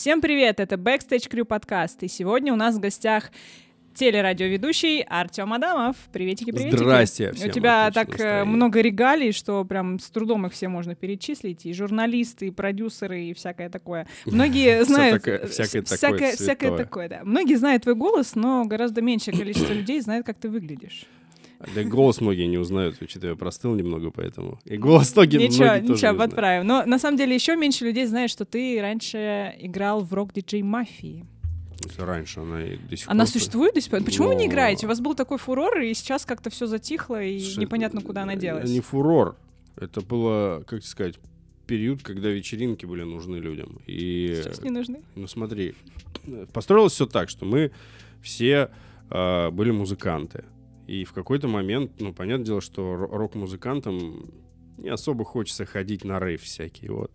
Всем привет, это Backstage Crew подкаст, и сегодня у нас в гостях телерадиоведущий Артем Адамов. Приветики. Здрасте всем. У тебя так много регалий, что прям с трудом их все можно перечислить. И журналисты, и продюсеры, и всякое такое. Многие знают... Всякое такое, да. Многие знают твой голос, но гораздо меньшее количество людей знает, как ты выглядишь. Да голос многие не узнают, учитывая, я простыл немного, поэтому... И голос многие тоже не знают. Ничего, подправим. Но на самом деле еще меньше людей знает, что ты раньше играл в рок-диджей «Мафии». Раньше она и до сих пор... Она существует до сих пор? Почему вы не играете? У вас был такой фурор, и сейчас как-то все затихло, и непонятно, куда она делась. Не фурор. Это было, как тебе сказать, период, когда вечеринки были нужны людям. И... Сейчас не нужны. Ну смотри, построилось все так, что мы все были музыканты. И в какой-то момент, ну, понятное дело, что рок-музыкантам не особо хочется ходить на рейв всякие, вот.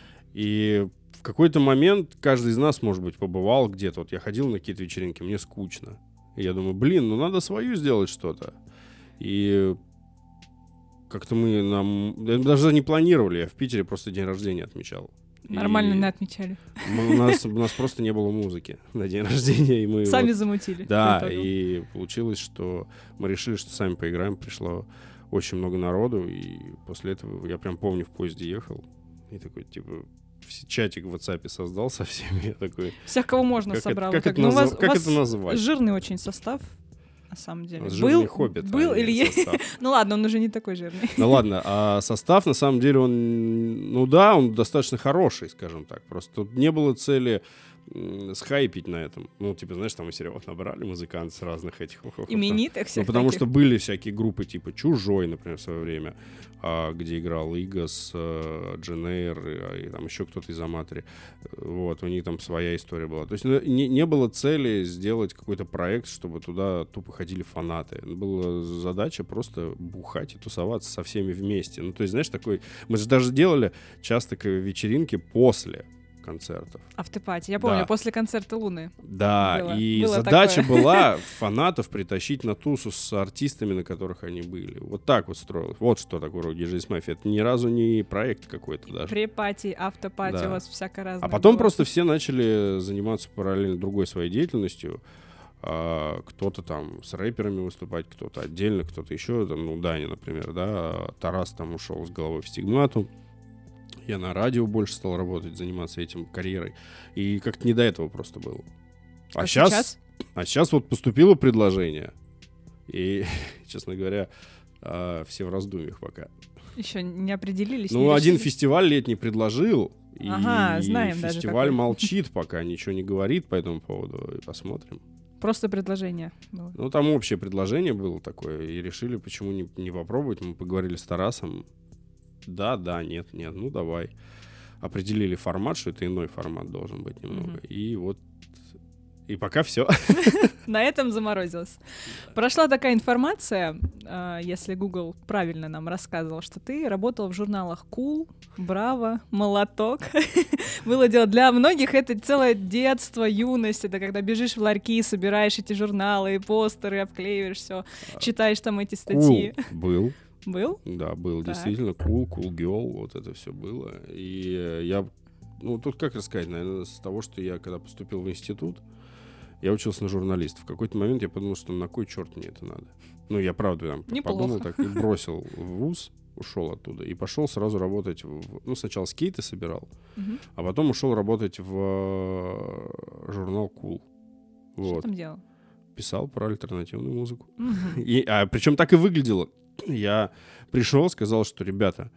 И в какой-то момент каждый из нас, может быть, побывал где-то. Вот я ходил на какие-то вечеринки, мне скучно. И я думаю, ну надо свою сделать что-то. И как-то мы даже не планировали, я в Питере просто день рождения отмечал. Нормально не отмечали. У нас просто не было музыки на день рождения. И мы сами замутили. Да, и получилось, что мы решили, что сами поиграем. Пришло очень много народу, и после этого я прям помню, в поезде ехал, и такой, типа, чатик в WhatsApp создал со всеми. Я такой... Всякого можно собрал. Как это называть? Жирный очень состав. На самом деле. Жирный хоббит. Был или есть? Ну ладно, он уже не такой жирный. Ну ладно, а состав, на самом деле, он достаточно хороший, скажем так. Просто тут не было цели схайпить на этом. Ну, типа, знаешь, там мы сериалов набрали музыкантов с разных этих... Именитых всех. Ну, потому что были всякие группы, типа «Чужой», например, в свое время, где играл Игас, Дженейр, и там еще кто-то из Аматори. Вот, у них там своя история была. То есть не было цели сделать какой-то проект, чтобы туда тупо ходили фанаты. Была задача просто бухать и тусоваться со всеми вместе. Ну, то есть, знаешь, такой... Мы же даже делали часто вечеринки после концертов. Автопати. Я помню, после концерта Луны. Да, было задача была фанатов притащить на тусу с артистами, на которых они были. Вот так вот строилось. Вот что такое «Рок-диджей с Мафией». Это ни разу не проект какой-то даже. Препати, автопати, у вас всяко разное. А потом просто все начали заниматься параллельно другой своей деятельностью. Кто-то там с рэперами выступать, кто-то отдельно, кто-то еще. Ну, Даня, например, да. Тарас там ушел с головой в «Стигмату». Я на радио больше стал работать, заниматься этим, карьерой. И как-то не до этого просто было. А сейчас вот поступило предложение. И, честно говоря, все в раздумьях пока. Еще не определились. Ну, один фестиваль летний предложил. Знаем даже фестиваль молчит пока, ничего не говорит по этому поводу. И посмотрим. Просто предложение было. Ну, там общее предложение было такое. И решили, почему не попробовать. Мы поговорили с Тарасом. Да, нет, ну давай. Определили формат, что это иной формат должен быть немного. И вот, и пока все. На этом заморозилось. Прошла такая информация, если Google правильно нам рассказывал, что ты работал в журналах Cool, Браво, Молоток. Было дело. Для многих это целое детство, юность. Это когда бежишь в ларьки, собираешь эти журналы, постеры, обклеиваешь все, читаешь там эти статьи. Был. Был? Да, был, так. Действительно, cool girl, вот это все было. И я, ну, тут как рассказать, наверное, с того, что я, когда поступил в институт, я учился на журналиста. В какой-то момент я подумал, что на кой черт мне это надо? Ну, я правда там подумал так и бросил в вуз, ушел оттуда и пошел сразу работать ну, сначала скейты собирал, а потом ушел работать в журнал Cool. Вот. Что там делал? Писал про альтернативную музыку. Причем так и выглядело. Я пришел, сказал, что, ребята,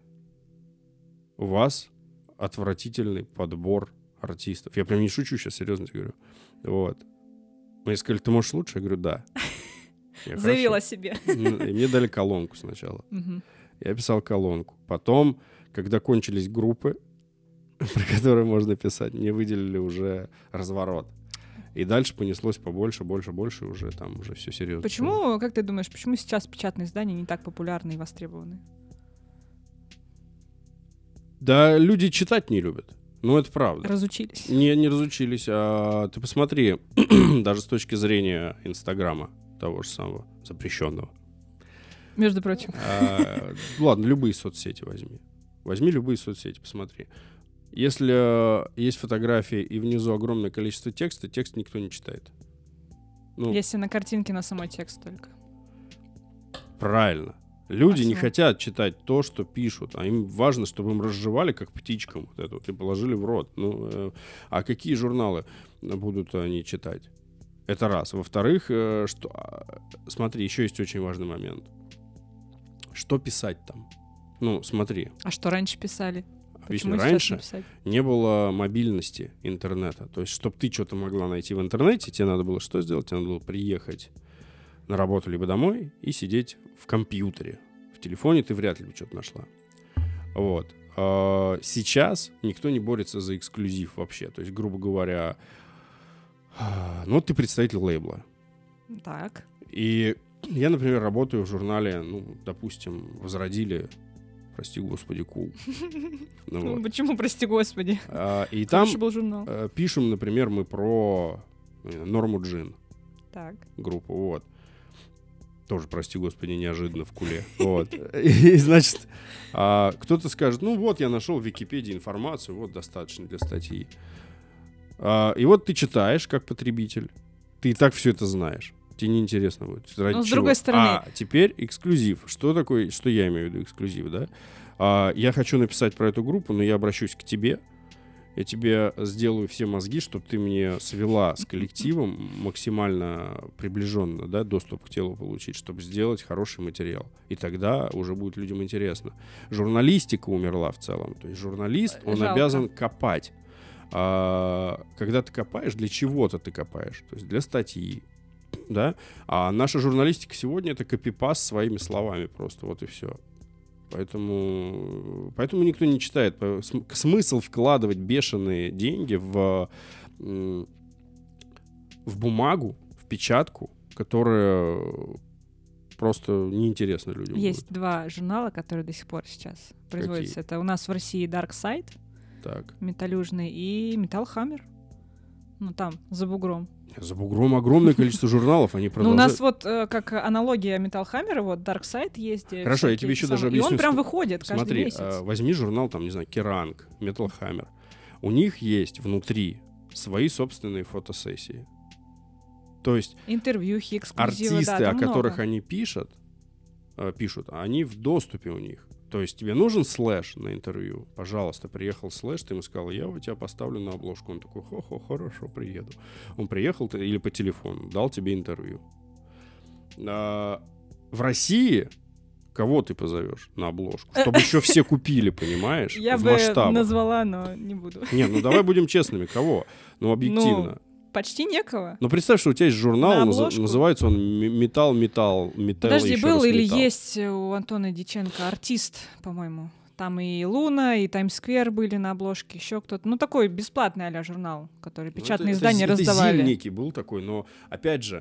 у вас отвратительный подбор артистов. Я прям не шучу, сейчас серьезно говорю. Вот. Мне сказали, ты можешь лучше? Я говорю, да. Заявила себе. И мне дали колонку сначала. Я писал колонку. Потом, когда кончились группы, про которые можно писать, мне выделили уже разворот. И дальше понеслось побольше, больше, уже там уже все серьезно. Почему, как ты думаешь, почему сейчас печатные издания не так популярны и востребованы? Да, люди читать не любят. Ну, это правда. Разучились? Не разучились. Ты посмотри, даже с точки зрения Инстаграма, того же самого, запрещенного. Между прочим. Ладно, любые соцсети возьми. Возьми любые соцсети, посмотри. Если есть фотографии и внизу огромное количество текста, текст никто не читает. Ну, Если на картинке на самой текст только. правильно. Люди не Спасибо. хотят читать то, что пишут, а им важно, чтобы им разжевали, как птичкам, вот это вот, и положили в рот. А какие журналы будут они читать? Это раз. Во-вторых, смотри, еще есть очень важный момент. Что писать там? Ну, смотри. А что раньше писали? Объясню. Почему сейчас Раньше не писать? не было мобильности интернета. То есть, чтобы ты что-то могла найти в интернете, тебе надо было что сделать? Тебе надо было приехать на работу либо домой и сидеть в компьютере. В телефоне ты вряд ли бы что-то нашла. Вот. Сейчас никто не борется за эксклюзив вообще. То есть, грубо говоря, ну вот ты представитель лейбла. Так. И я, например, работаю в журнале, ну, допустим, «Возродили», прости господи, «Кул». Ну, вот. Почему, прости господи? И там Хороший был журнал. пишем, например, мы про Норму Джин Так. группу, вот. Тоже, прости господи, неожиданно в Куле. Вот. И, значит, кто-то скажет, ну вот, я нашел в Википедии информацию, вот, достаточно для статьи. И вот ты читаешь, как потребитель, ты и так все это знаешь. Тебе неинтересно будет. Ради Но с чего? другой стороны... А теперь эксклюзив. Что такое, что я имею в виду эксклюзив, да? Я хочу написать про эту группу, но я обращусь к тебе. Я тебе сделаю все мозги, чтобы ты мне свела с коллективом максимально приближенно, да, доступ к телу получить, чтобы сделать хороший материал. И тогда уже будет людям интересно. Журналистика умерла в целом. То есть журналист, он Жалко. обязан копать. Когда ты копаешь, для чего-то ты копаешь. То есть для статьи, да? А наша журналистика сегодня — это копипаст своими словами просто. Вот и все. Поэтому никто не читает. Смысл вкладывать бешеные деньги в бумагу, в печатку, которая просто неинтересна людям. Есть будет. два журнала, которые до сих пор сейчас производятся. Это у нас в России Dark Side, Так. металлюжный, и Metal Hammer. Ну, там, за бугром. За бугром огромное количество журналов, они Ну, у продолжают. нас вот как аналогия Metal Hammer, вот Dark Side есть. Где Хорошо, я всякие тебе еще самые- даже И объясню. он прям выходит каждый Смотри, месяц. возьми журнал, там, не знаю, Керанг, Metal Hammer. У них есть внутри свои собственные фотосессии. То есть Интервьюхи, эксклюзивы, артисты, да, о там которых много. они пишут, они в доступе у них. То есть тебе нужен Слэш на интервью? Пожалуйста, приехал Слэш, ты ему сказал, я вот тебя поставлю на обложку. Он такой, хорошо, приеду. Он приехал или по телефону, дал тебе интервью. В России кого ты позовешь на обложку? Чтобы еще все купили, понимаешь? Я в бы масштабах. назвала, но не буду. Нет, ну давай будем честными, кого? Ну, объективно. Почти некого. Ну, представь, что у тебя есть журнал, На обложку? называется он «Металл». Подожди, еще был раз или металл. есть у Антона Дьяченко артист, по-моему. Там и Луна, и Таймс-сквер были на обложке, еще кто-то. Ну, такой бесплатный а-ля журнал, который Ну, печатные это издания это раздавали. зимненький был такой, но, опять же,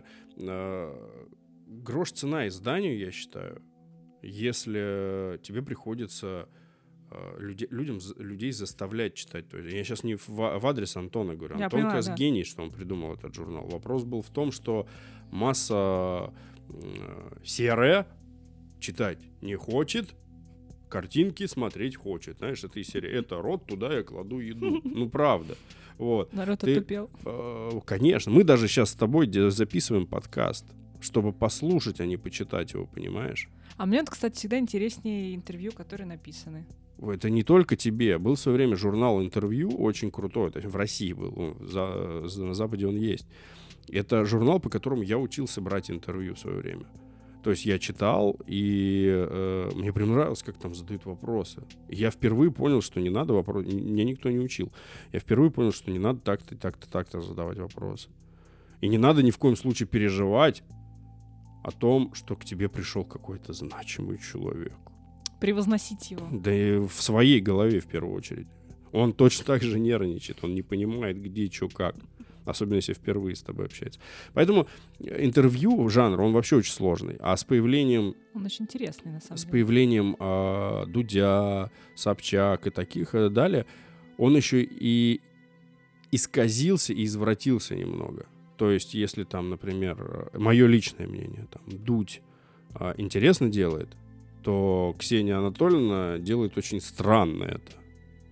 грош цена изданию, я считаю, если тебе приходится людей заставлять читать. То есть я сейчас не в адрес Антона говорю. Я Антон поняла, как раз да. гений, что он придумал этот журнал. Вопрос был в том, что масса серая читать не хочет, картинки смотреть хочет. Знаешь, это из серии «Это рот, туда я кладу еду». Ну, правда. Вот. Народ Ты- отупел. Конечно. Мы даже сейчас с тобой записываем подкаст, чтобы послушать, а не почитать его, понимаешь? А мне, вот, кстати, всегда интереснее интервью, которые написаны. Это не только тебе. Был в свое время журнал «Интервью», очень крутой. То есть в России был. На Западе он есть. Это журнал, по которому я учился брать интервью в свое время. То есть я читал, и мне прям нравилось, как там задают вопросы. И я впервые понял, что не надо вопросы. Меня никто не учил. Я впервые понял, что не надо так-то, так-то, так-то задавать вопросы. И не надо ни в коем случае переживать о том, что к тебе пришел какой-то значимый человек. Превозносить его. Да и в своей голове в первую очередь. Он точно так же нервничает, он не понимает, где, что, как. Особенно, если впервые с тобой общается. Поэтому интервью, жанр, он вообще очень сложный. А с появлением, Он очень интересный, на самом с деле. появлением Дудя, Собчак и таких далее, он еще и исказился и извратился немного. То есть, если там, например, мое личное мнение, там, Дудь интересно делает, то Ксения Анатольевна делает очень странно это.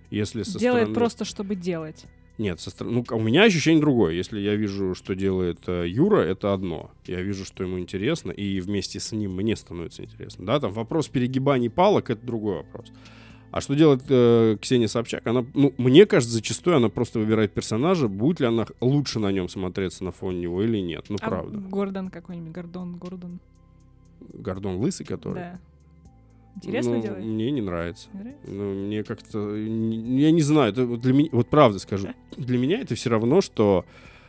Если со Делает стороны... просто, чтобы делать. Нет, у меня ощущение другое. Если я вижу, что делает Юра, это одно. Я вижу, что ему интересно, и вместе с ним мне становится интересно. Да, там вопрос перегибаний палок — это другой вопрос. А что делает Ксения Собчак? Она, мне кажется, зачастую она просто выбирает персонажа, будет ли она лучше на нем смотреться на фоне него или нет. Ну, правда. Гордон какой-нибудь, Гордон. Гордон лысый, который? Да. Интересно делать? Мне не нравится. Не нравится? Мне как-то... Я не знаю, это для меня... Вот правда скажу. Для меня это все равно, что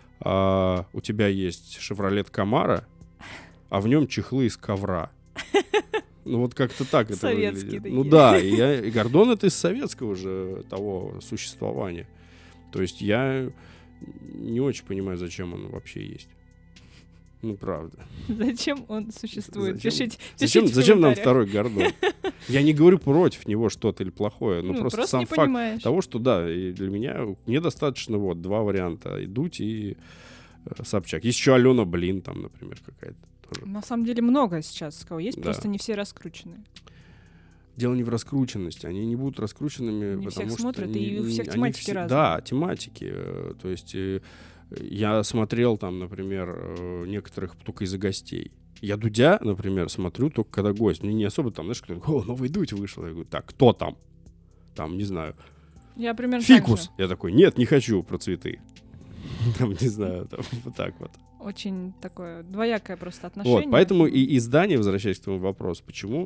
у тебя есть Chevrolet Camaro, а в нем чехлы из ковра. Ну вот как-то так это советские выглядит. такие. Ну да, и Гордон — это из советского же того существования. То есть я не очень понимаю, зачем он вообще есть. Ну, правда. Зачем он существует? Пишите Зачем нам второй Гордон? Я не говорю против него что-то или плохое, но просто сам факт понимаешь. того, что да, и для меня мне достаточно вот два варианта: и Дудь, и Собчак. Есть еще Алена Блин там, например, какая-то тоже. На самом деле много сейчас кого есть, Да. просто не все раскручены. Дело не в раскрученности, они не будут раскрученными, Не потому всех что... смотрят, и у всех они тематики разные. Да, тематики. То есть я смотрел там, например, некоторых только из-за гостей. Я Дудя, например, смотрю только когда гость. Мне не особо там, знаешь, кто-нибудь: о, новый Дудь вышел. Я говорю: так, кто там? Там, не знаю. Я примерно так Фикус. же. Я такой: нет, не хочу про цветы. Там, не знаю, там вот так вот. Очень такое двоякое просто отношение. Вот, поэтому и издания, возвращаясь к твоему вопросу, почему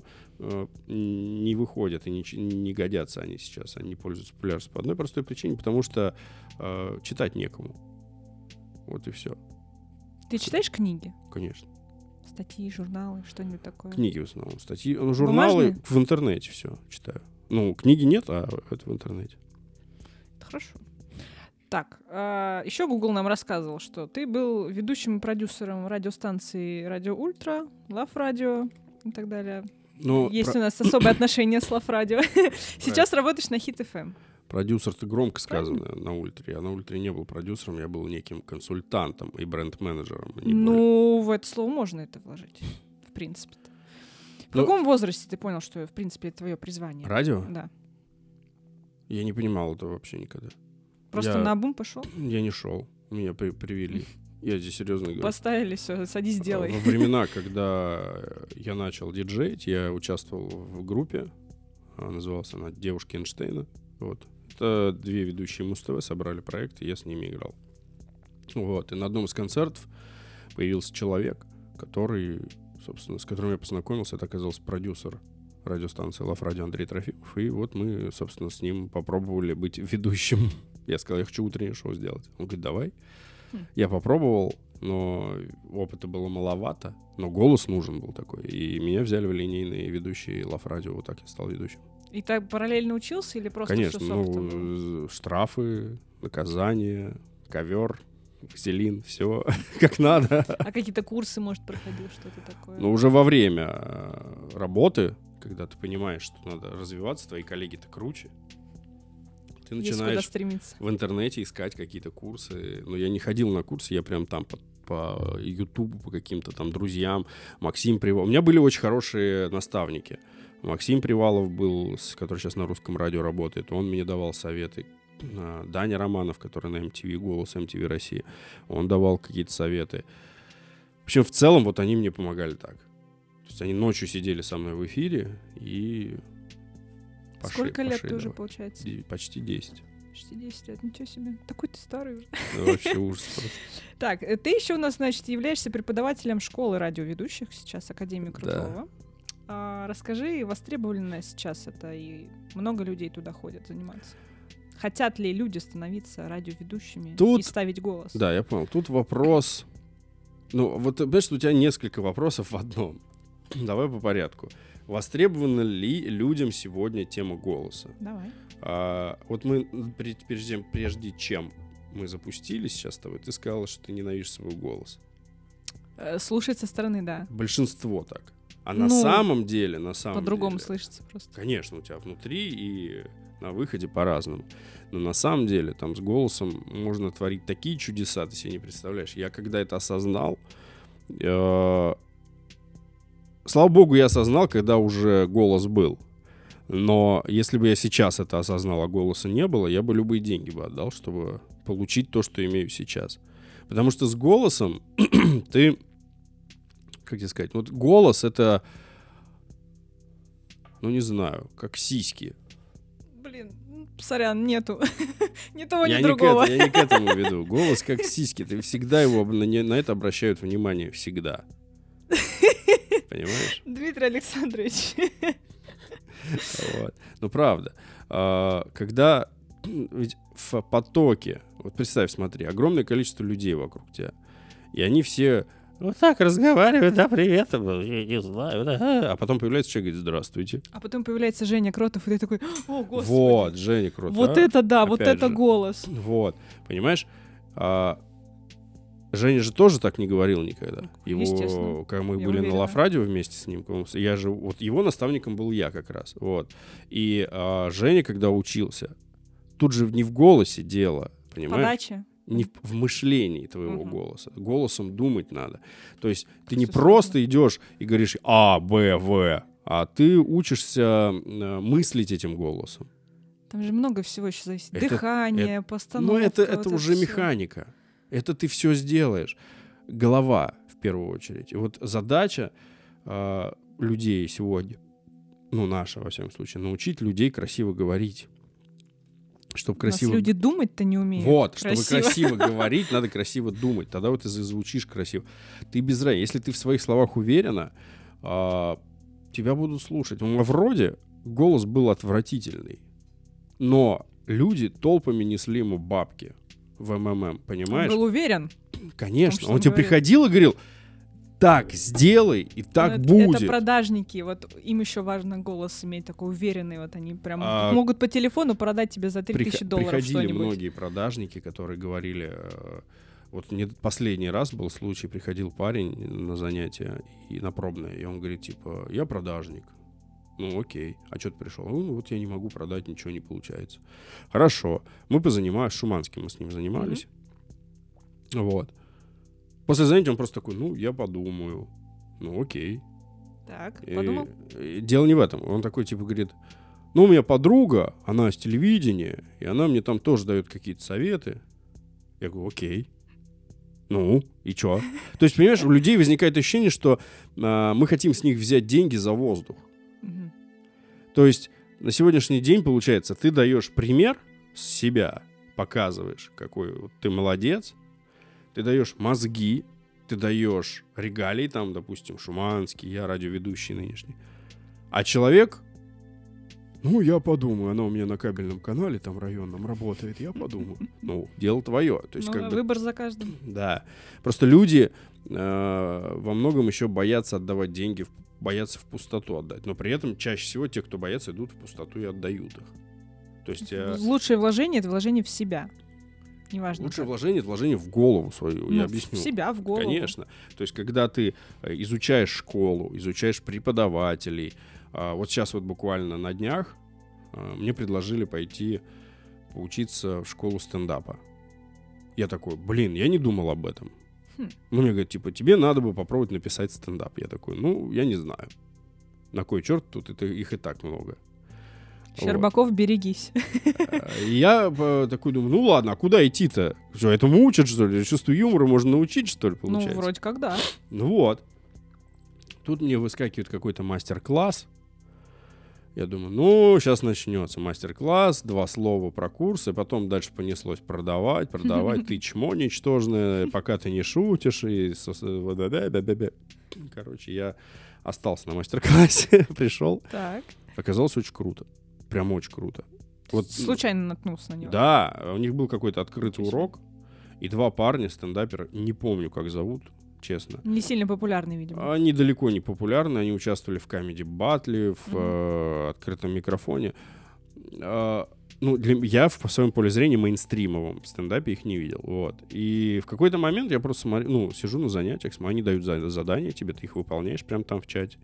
не выходят и не годятся они сейчас, они не пользуются популярностью по одной простой причине, потому что читать некому. Вот и все. Ты читаешь книги? Конечно. Статьи, журналы, что-нибудь такое? Книги в основном. Статьи, журналы Бумажные? в интернете все читаю. Ну, книги нет, а это в интернете. Это хорошо. Так, еще Google нам рассказывал, что ты был ведущим и продюсером радиостанции Радио Ультра, Лав Радио и так далее. Но Есть у нас особые отношения с Лав Радио. Сейчас работаешь на Hit FM. продюсер-то громко сказано на Ультре. Я на Ультре не был продюсером, я был неким консультантом и бренд-менеджером. Ну, в это слово можно это вложить, в принципе. В каком возрасте ты понял, что, в принципе, это твое призвание? Радио? Да. Я не понимал этого вообще никогда. Просто наобум пошел? Я не шел. Меня привели. Я здесь серьезно говорю. Поставили, все, садись, делай. Во времена, когда я начал диджеить, я участвовал в группе. Называлась она «Девушки Эйнштейна». Вот. Это две ведущие Муз-ТВ собрали проект, и я с ними играл. Вот. И на одном из концертов появился человек, который, собственно, с которым я познакомился. Это оказался продюсер радиостанции Лав Радио Андрей Трофимов. И вот мы, собственно, с ним попробовали быть ведущим. Я сказал: я хочу утреннее шоу сделать. Он говорит: давай. Я попробовал, но опыта было маловато, но голос нужен был такой. И меня взяли в линейные ведущие Лав Радио. Вот так я стал ведущим. И так параллельно учился или просто Конечно, все софтом было? Штрафы, наказания, ковер, вазелин, все как надо. А какие-то курсы, может, проходил, что-то такое? Но уже во время работы, когда ты понимаешь, что надо развиваться, твои коллеги-то круче, ты начинаешь в интернете искать какие-то курсы. Но я не ходил на курсы, я прям там по Ютубу, по каким-то там друзьям. Максим Привалов. У меня были очень хорошие наставники. Максим Привалов был, который сейчас на Русском радио работает. Он мне давал советы. Даня Романов, который на MTV, голос MTV России, он давал какие-то советы. В общем, в целом, вот они мне помогали так. То есть они ночью сидели со мной в эфире и... Сколько лет ты уже, получается? Почти 10. Почти 10 лет, ничего себе. Такой ты старый уже. Вообще ужас просто. Так, ты еще у нас, значит, являешься преподавателем школы радиоведущих сейчас, Академии Крутого. Расскажи, востребовано сейчас это, и много людей туда ходят заниматься. Хотят ли люди становиться радиоведущими и ставить голос? Да, я понял. Тут вопрос... Ну, вот, понимаешь, у тебя несколько вопросов в одном. Давай по порядку. Востребована ли людям сегодня тема голоса? Давай. Вот мы, прежде чем мы запустили сейчас с тобой, ты сказала, что ты ненавидишь свой голос. Слушать со стороны, да. Большинство так. А на самом деле, по-другому слышится просто. Конечно, у тебя внутри и на выходе по-разному. Но на самом деле там с голосом можно творить такие чудеса, ты себе не представляешь. Я когда это осознал... Слава богу, я осознал, когда уже голос был. Но если бы я сейчас это осознал, а голоса не было, я бы любые деньги бы отдал, чтобы получить то, что имею сейчас. Потому что с голосом ты, как тебе сказать, вот голос — это, ну не знаю, как сиськи. Блин, сорян, нету. Ни того, Я ни другого. я не к этому веду. Голос как сиськи. Ты всегда его на это обращают внимание. Всегда. Понимаешь? Дмитрий Александрович. Вот. Ну, правда. Когда ведь в потоке, вот представь, смотри, огромное количество людей вокруг тебя, и они все вот так разговаривают, да, привет, я не знаю, да. А потом появляется человек и говорит: здравствуйте. А потом появляется Женя Кротов, и ты такой: о, господи. Вот, Женя Кротов. Вот это да, Опять вот это же. голос. Вот, понимаешь? Женя же тоже так не говорил никогда. Естественно. Его, когда мы Я были уверена. на Лав-радио вместе с ним, я же, вот его наставником был я как раз. Вот. И Женя, когда учился, тут же не в голосе дело, понимаешь? Подача. Не в мышлении твоего Мгм. голоса. Голосом думать надо. То есть ты не Всё просто идешь и говоришь А, Б, В, а ты учишься мыслить этим голосом. Там же много всего еще зависит. Это- Дыхание, Ну, постановка. это вот уже всё. механика. Это ты все сделаешь. Голова, в первую очередь. И вот задача людей сегодня, ну, наша, во всяком случае, научить людей красиво говорить. Чтобы У нас красиво... люди думать-то не умеют. Вот, красиво. чтобы красиво говорить, надо красиво думать. Тогда вот ты зазвучишь красиво. Ты без разницы. Если ты в своих словах уверена, тебя будут слушать. У Мавроди голос был отвратительный. Но люди толпами несли ему бабки в МММ, понимаешь? Он был уверен. Конечно. что Он он тебе говорит. приходил и говорил: так, сделай, и так Но будет. Это продажники. Вот им еще важно голос иметь такой уверенный. Вот они прям А, могут по телефону продать тебе за $3000 Приходили что-нибудь. многие продажники, которые говорили... Вот мне последний раз был случай, приходил парень на занятия и на пробное, и он говорит, типа, я продажник. Ну, окей. А что ты пришел? Ну, вот я не могу продать, ничего не получается. Хорошо. Мы позанимались, Шуманским мы с ним занимались. Вот. После занятия он просто такой: ну, я подумаю. Ну, окей. Так, И- подумал? и дело не в этом. Он такой, типа, говорит: ну, у меня подруга, она с телевидения, и она мне там тоже дает какие-то советы. Я говорю: окей. Ну, и чё? То есть, понимаешь, у людей возникает ощущение, что мы хотим с них взять деньги за воздух. Мгм. То есть на сегодняшний день, получается, ты даешь пример с себя, показываешь, какой вот ты молодец, ты даешь мозги, ты даешь регалии, там, допустим, Шуманский, я радиоведущий нынешний. А человек: ну, я подумаю, она у меня на кабельном канале, там, районном работает, я подумаю. Ну, дело твое. То есть, Ну как да, бы, выбор за каждым. да. Просто люди во многом еще боятся отдавать деньги, боятся в пустоту отдать. Но при этом чаще всего те, кто боятся, идут в пустоту и отдают их. То есть Лучшее вложение — это вложение в себя. Неважно. лучшее как. вложение — это вложение в голову свою, Ну, я объясню. В себя, в голову. Конечно. То есть когда ты изучаешь школу, изучаешь преподавателей. Вот сейчас вот буквально на днях мне предложили пойти поучиться в школу стендапа. Я такой: блин, я не думал об этом. Хм. Ну, мне говорят, типа, тебе надо бы попробовать написать стендап. Я такой: ну, я не знаю. На кой черт тут их и так много. Щербаков, берегись. И я такой думаю: ну ладно, а куда идти-то? Что, этому учат, что ли? Чувству юмора можно научить, что ли, Ну, получается? вроде как да. Ну вот. Тут мне выскакивает какой-то мастер-класс. Я думаю: ну, сейчас начнется мастер-класс, 2 слова про курсы, потом дальше понеслось продавать, ты чмо ничтожное, пока ты не шутишь, и... Короче, я остался на мастер-классе, пришел. Так. Оказалось очень круто. Прям очень круто. Вот, Случайно наткнулся на него. да, у них был какой-то открытый Ничего себе. урок, и 2 парня, стендапера, не помню, как зовут, честно. Не сильно популярный, видимо. Они далеко не популярны, они участвовали в комеди-батле, в открытом микрофоне. Ну, я в своем поле зрения мейнстримовом в стендапе их не видел. Вот. И в какой-то момент я просто смотрю, ну, сижу на занятиях, они дают задания тебе, ты их выполняешь прямо там в чате.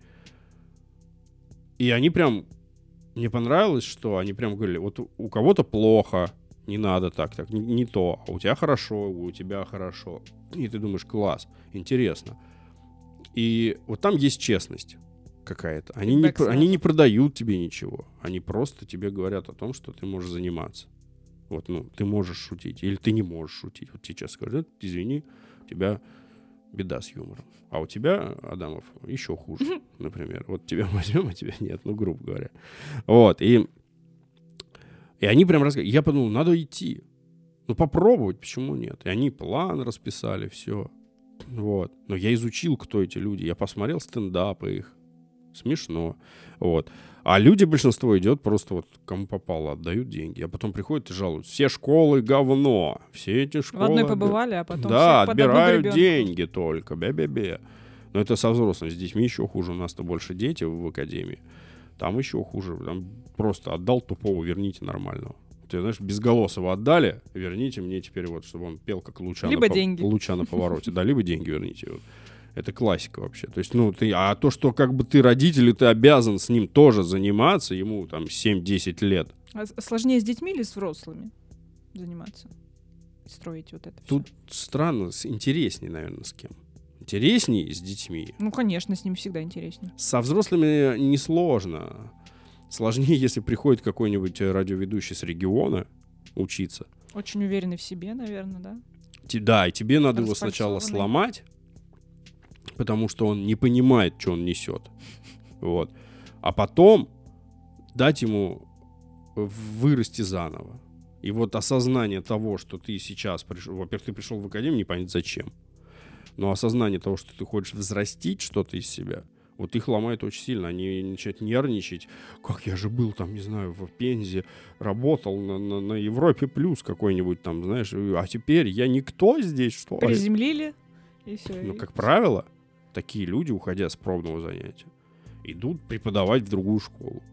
И они прям... Мне понравилось, что они прям говорили: вот у кого-то плохо, не надо так, не то, а у тебя хорошо, у тебя хорошо. И ты думаешь: класс, интересно. И вот там есть честность. какая-то. Они не продают тебе ничего. Они просто тебе говорят о том, что ты можешь заниматься. Вот, ну, ты можешь шутить. Или ты не можешь шутить. Вот сейчас скажут, извини, у тебя беда с юмором. А у тебя, Адамов, еще хуже, например. Вот тебя возьмем, а тебя нет, ну, грубо говоря. Вот, и они прям рассказывают. Я подумал, надо идти. Ну, попробовать, почему нет? И они план расписали, все. Вот. Но я изучил, кто эти люди. Я посмотрел стендапы их. Смешно. Вот. А люди, большинство идет просто вот кому попало, отдают деньги. А потом приходят и жалуются. Все школы говно. Все эти школы... В одной побывали, а потом да, всех отбирают деньги только. Бе-бе-бе. Но это со взрослыми. С детьми еще хуже. У нас-то больше дети в академии. Там еще хуже. Там просто отдал тупого, верните нормального. Ты знаешь, безголосого отдали, верните мне теперь вот, чтобы он пел как луча, луча на повороте. Да, либо деньги верните. Это классика вообще. То есть, ну, а то, что как бы ты родитель, и ты обязан с ним тоже заниматься, ему там 7-10 лет. А сложнее с детьми или с взрослыми заниматься? Строить вот это Тут все? странно, интереснее, наверное, с кем. Интереснее с детьми. Ну, конечно, с ним всегда интереснее. Со взрослыми несложно. Сложнее, если приходит какой-нибудь радиоведущий с региона учиться. Очень уверенный в себе, наверное, да? Да, и тебе надо его сначала сломать, потому что он не понимает, что он несет. Вот. А потом дать ему вырасти заново. И вот осознание того, что ты сейчас пришел... Во-первых, ты пришел в академию, не понять зачем. Но осознание того, что ты хочешь взрастить что-то из себя, вот их ломает очень сильно. Они начинают нервничать. Как я же был там, не знаю, в Пензе, работал на Европе плюс какой-нибудь там, знаешь, а теперь я никто здесь, что ли? Приземлили, и все. Ну, как правило, такие люди, уходя с пробного занятия, идут преподавать в другую школу.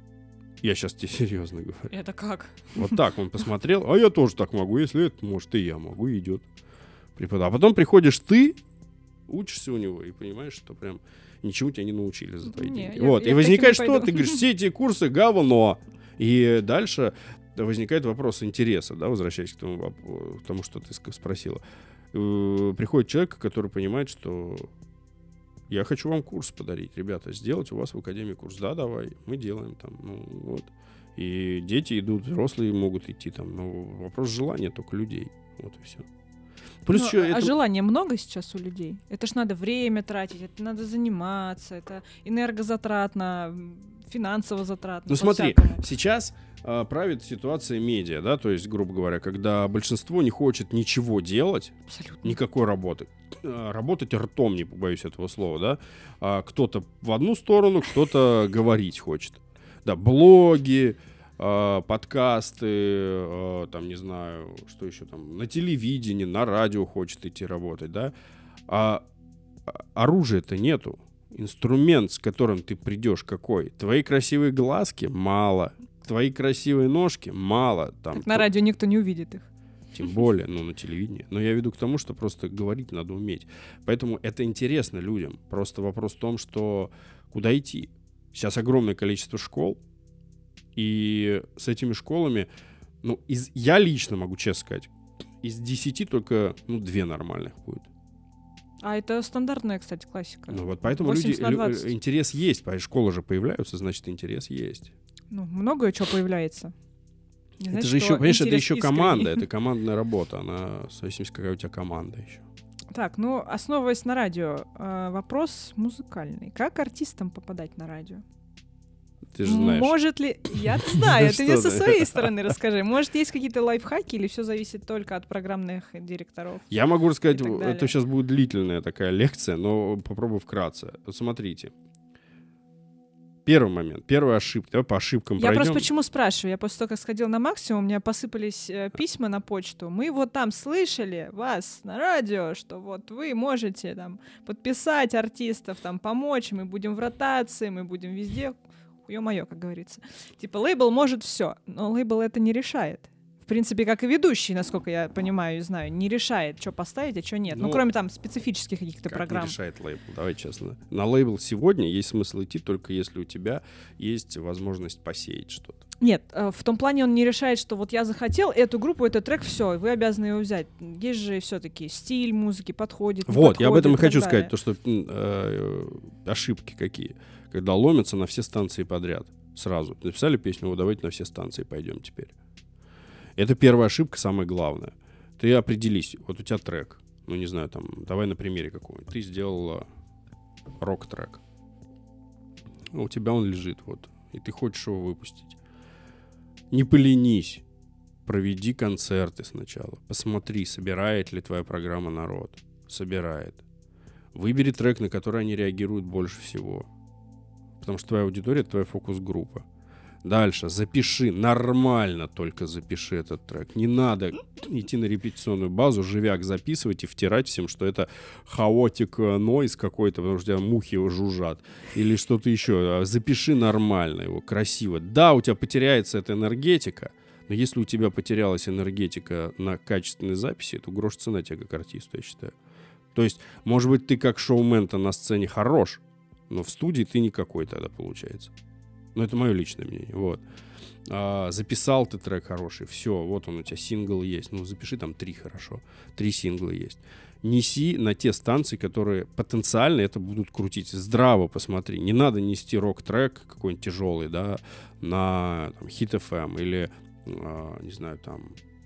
Я сейчас тебе серьезно говорю. Это как? Вот так он посмотрел, а я тоже так могу, если это, может, и я могу, и идет преподавать. А потом приходишь ты, учишься у него и понимаешь, что прям ничего тебя не научили за твои деньги. Вот. И возникает что? Ты говоришь, все эти курсы говно. И дальше возникает вопрос интереса, да, возвращаясь к тому, что ты спросила. Приходит человек, который понимает, что я хочу вам курс подарить, ребята, сделать у вас в академии курс. Да, давай, мы делаем там, ну вот. И дети идут, взрослые могут идти там, но вопрос желания только людей. Вот и все. Плюс еще это... А желания много сейчас у людей? Это ж надо время тратить, это надо заниматься, это энергозатратно, финансово затратно. Ну смотри, сейчас правит ситуация медиа, да, то есть, грубо говоря, когда большинство не хочет ничего делать, абсолютно никакой работы. Работать ртом, не побоюсь этого слова, да. Кто-то в одну сторону, кто-то говорить хочет. Да, блоги, подкасты, там, не знаю, что еще там, на телевидении, на радио хочет идти работать, да. А оружия-то нету. Инструмент, с которым ты придешь, какой? Твои красивые глазки? Мало. Твои красивые ножки? Мало. Там, так на радио никто не увидит их. Тем более, ну, на телевидении. Но я веду к тому, что просто говорить надо уметь. Поэтому это интересно людям. Просто вопрос в том, что куда идти. Сейчас огромное количество школ, и с этими школами, ну, я лично могу честно сказать, из 10 только, 2 нормальных будет. А это стандартная, кстати, классика. Ну вот поэтому интерес есть. Школы же появляются, значит, интерес есть. Ну, многое чего появляется. Не это значит, же еще, понимаешь, это еще команда, это командная работа. Она, в зависимости, какая у тебя команда еще. Так, ну, основываясь на радио, вопрос музыкальный. Как артистам попадать на радио? Ты же знаешь. Может ли... Я знаю, ты мне со своей стороны расскажи. Может, есть какие-то лайфхаки или все зависит только от программных директоров? Я могу рассказать, это сейчас будет длительная такая лекция, но попробую вкратце. Вот смотрите. Первый момент, первая ошибка. Давай по ошибкам пройдем. Я просто почему спрашиваю? Я после того, как сходила на максимум, у меня посыпались письма на почту. Мы вот там слышали вас на радио, что вот вы можете там подписать артистов, там помочь, мы будем в ротации, мы будем везде... Ё-моё, как говорится. Типа лейбл может все, но лейбл это не решает. В принципе, как и ведущий, насколько я понимаю и знаю, не решает, что поставить, а что нет. Ну, кроме там специфических каких-то программ. Не решает лейбл, давай честно. На лейбл сегодня есть смысл идти только если у тебя есть возможность посеять что-то. Нет, в том плане он не решает, что вот я захотел эту группу, этот трек, все, вы обязаны его взять. Есть же все-таки стиль музыки, подходит, не Вот, я об этом и подходит хочу так далее. сказать, то, что ошибки какие. Когда ломятся на все станции подряд сразу. Написали песню, вот давайте на все станции пойдем теперь. Это первая ошибка, самая главная. Ты определись, вот у тебя трек, ну не знаю, там, давай на примере какого-нибудь. Ты сделала рок-трек. У тебя он лежит, вот, и ты хочешь его выпустить. Не поленись. Проведи концерты сначала. Посмотри, собирает ли твоя программа народ. Собирает. Выбери трек, на который они реагируют больше всего. Потому что твоя аудитория — это твоя фокус-группа. Дальше. Запиши. Нормально только запиши этот трек. Не надо идти на репетиционную базу, живяк записывать и втирать всем, что это хаотик нойз какой-то, потому что у тебя мухи жужжат. Или что-то еще. Запиши нормально его, красиво. Да, у тебя потеряется эта энергетика, но если у тебя потерялась энергетика на качественной записи, то грош цена тебе как артисту, я считаю. То есть, может быть, ты как шоумен-то на сцене хорош, но в студии ты никакой тогда получается. Но это мое личное мнение. Вот. Записал ты трек хороший, все, вот он у тебя, сингл есть. Ну, запиши там 3 хорошо. 3 сингла есть. Неси на те станции, которые потенциально это будут крутить. Здраво посмотри. Не надо нести рок-трек какой-нибудь тяжелый, да, на там, Hit FM или, не знаю, там,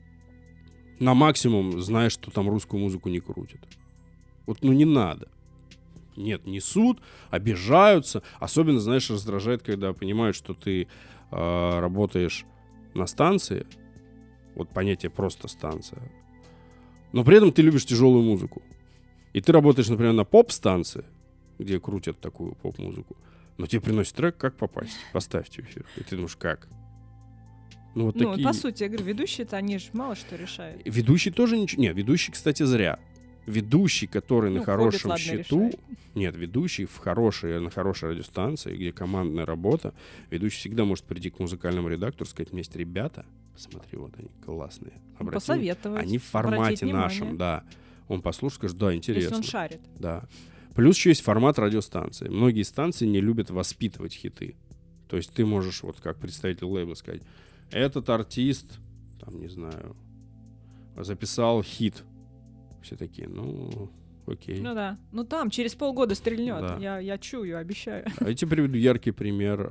на максимум, знаешь, что там русскую музыку не крутят. Вот, ну, не надо. Нет, несут, обижаются. Особенно, знаешь, раздражает, когда понимают, что ты работаешь на станции. Вот понятие просто станция. Но при этом ты любишь тяжелую музыку. И ты работаешь, например, на поп-станции, где крутят такую поп-музыку. Но тебе приносит трек, как попасть. Поставьте в эфир. И ты думаешь, как? Ну, вот Ну, такие... по сути, я говорю, ведущие-то, они же мало что решают. Ведущий тоже ничего... Нет, ведущий, кстати, зря. Ведущий, который на хорошем ладно, счету... решает. Нет, ведущий на хорошей радиостанции, где командная работа, ведущий всегда может прийти к музыкальному редактору и сказать: у меня есть ребята, посмотри, вот они классные. Посоветовать. Они в формате обратить нашем, внимание. да. Он послушает, скажет: да, интересно. Если он шарит. Да. Плюс еще есть формат радиостанции. Многие станции не любят воспитывать хиты. То есть ты можешь, вот как представитель лейбла, сказать: этот артист, там, не знаю, записал хит. Все такие, ну, окей. Ну да. Ну там через полгода стрельнет. Да. Я чую, обещаю. А я тебе приведу яркий пример.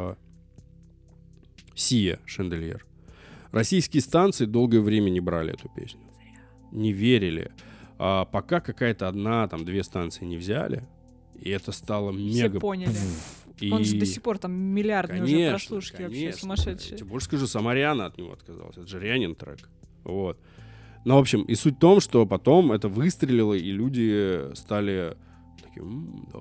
Сия, Шандельер. Российские станции долгое время не брали эту песню. Не верили. Пока какая-то одна, там, 2 станции не взяли, и это стало Все мега... поняли. И... Он же до сих пор там миллиардные уже Конечно, прослушки вообще конечно. сумасшедшие. Тем больше скажу, сама Риана от него отказалась. Это же Рианин трек. Вот. Ну, в общем, и суть в том, что потом это выстрелило, и люди стали такие: да.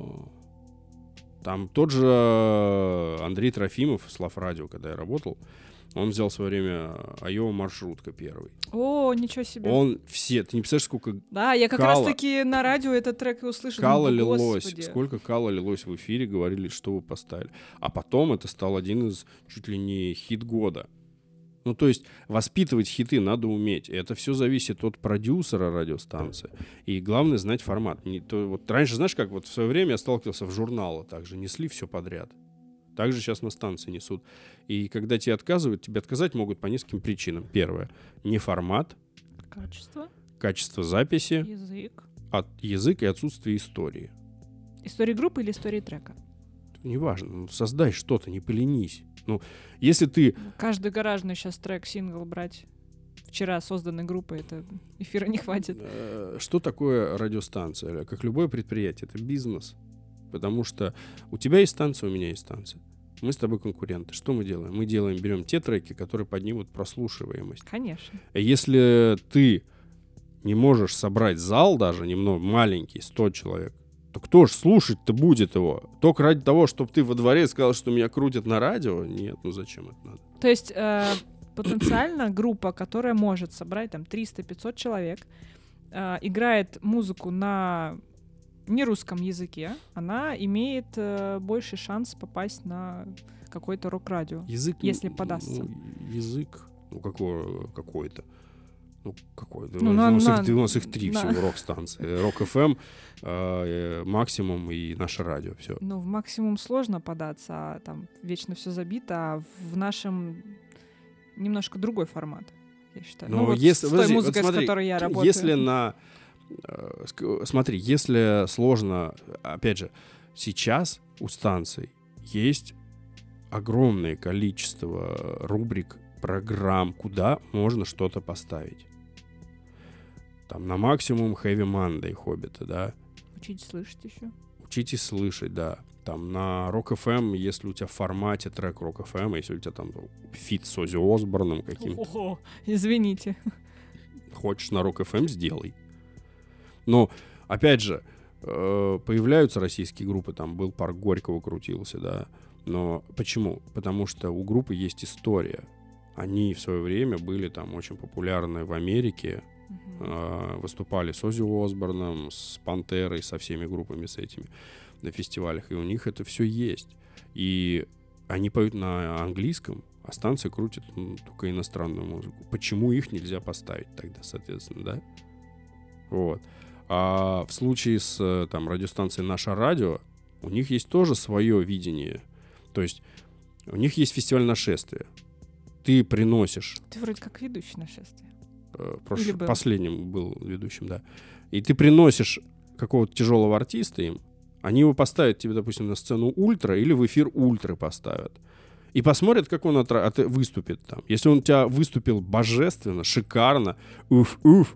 Там тот же Андрей Трофимов, Слав Радио, когда я работал, он взял в свое время Айова маршрутка первый. О, ничего себе. Он все, ты не представляешь, сколько Да, я как раз таки на радио этот трек и услышал. кала Думаю, лилось, Господи. сколько кала лилось в эфире, говорили, что вы поставили. А потом это стал один из чуть ли не хит года. Ну, то есть воспитывать хиты надо уметь. И это все зависит от продюсера радиостанции. И главное знать формат. Вот раньше, знаешь, как вот в свое время я сталкивался в журналы, также несли все подряд. Также сейчас на станции несут. И когда тебе отказывают, тебе отказать могут по нескольким причинам. Первое — не формат. Качество записи. Язык и отсутствие истории. Истории группы или истории трека? Неважно. Ну, создай что-то, не поленись. Ну, если ты... Каждый гаражный сейчас трек, сингл брать вчера созданной группой, это эфира не хватит. Что такое радиостанция? Как любое предприятие, это бизнес. Потому что у тебя есть станция, у меня есть станция. Мы с тобой конкуренты. Что мы делаем? Мы берем те треки, которые поднимут прослушиваемость. Конечно. Если ты не можешь собрать зал даже, немного маленький, 100 человек, то кто ж слушать-то будет его? Только ради того, чтобы ты во дворе сказал, что меня крутят на радио? Нет, ну зачем это надо? То есть потенциально группа, которая может собрать там 300-500 человек, играет музыку на нерусском языке, она имеет больший шанс попасть на какое-то рок-радио, Язык, если подастся. Язык, какой-то. Ну, какой? Ну, у нас их 3 всего рок-станции. Рок-ФМ, Максимум и наше радио. Все. Ну, в Максимум сложно податься, а там вечно все забито, а в нашем немножко другой формат, я считаю. Но вот если, с той музыкой, с которой я работаю. Если сложно, опять же, сейчас у станций есть огромное количество рубрик, программ, куда можно что-то поставить. Там на Максимум Heavy Monday, Хоббита, да. Учитесь слышать еще. Учитесь слышать, да. Там на Rock FM, если у тебя в формате трек Rock FM, если у тебя там фит с Оззи Осборном каким-то. О, извините. Хочешь на Rock FM, сделай. Но, опять же, появляются российские группы, там был Парк Горького крутился, да. Но почему? Потому что у группы есть история. Они в свое время были там очень популярны в Америке, выступали с Оззи Осборном, с Пантерой, со всеми группами с этими на фестивалях, и у них это все есть. И они поют на английском, а станция крутит только иностранную музыку. Почему их нельзя поставить тогда, соответственно, да? Вот. А в случае с там радиостанцией «Наше радио» у них есть тоже свое видение. То есть у них есть фестиваль нашествия. Ты приносишь... Ты вроде как ведущий нашествия. Последним был ведущим, да. И ты приносишь какого-то тяжелого артиста им, они его поставят тебе, допустим, на сцену ультра или в эфир ультры поставят. И посмотрят, как он выступит там. Если он у тебя выступил божественно, шикарно, уф-уф.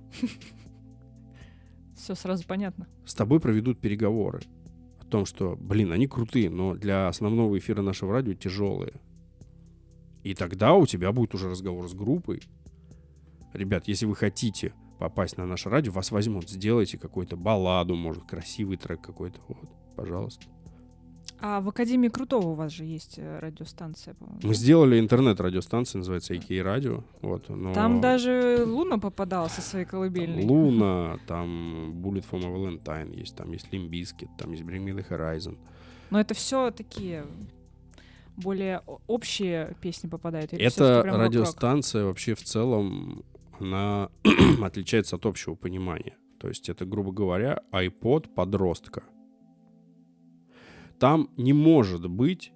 Все сразу понятно. С тобой проведут переговоры о том, что, они крутые, но для основного эфира нашего радио тяжелые. И тогда у тебя будет уже разговор с группой. Ребят, если вы хотите попасть на наше радио, вас возьмут, сделайте какую-то балладу, может, красивый трек какой-то, вот, пожалуйста. А в Академии Крутого у вас же есть радиостанция, по-моему. Мы сделали интернет-радиостанция, называется AK Radio. Вот, но... Там даже Луна попадала со своей колыбельной. Там Луна, там Bullet for My Valentine есть, там есть Limp Bizkit, там есть Bring Me the Horizon. Но это все такие более общие песни попадают? Или эта радиостанция вообще в целом, она отличается от общего понимания. То есть это, грубо говоря, iPod подростка. Там не может быть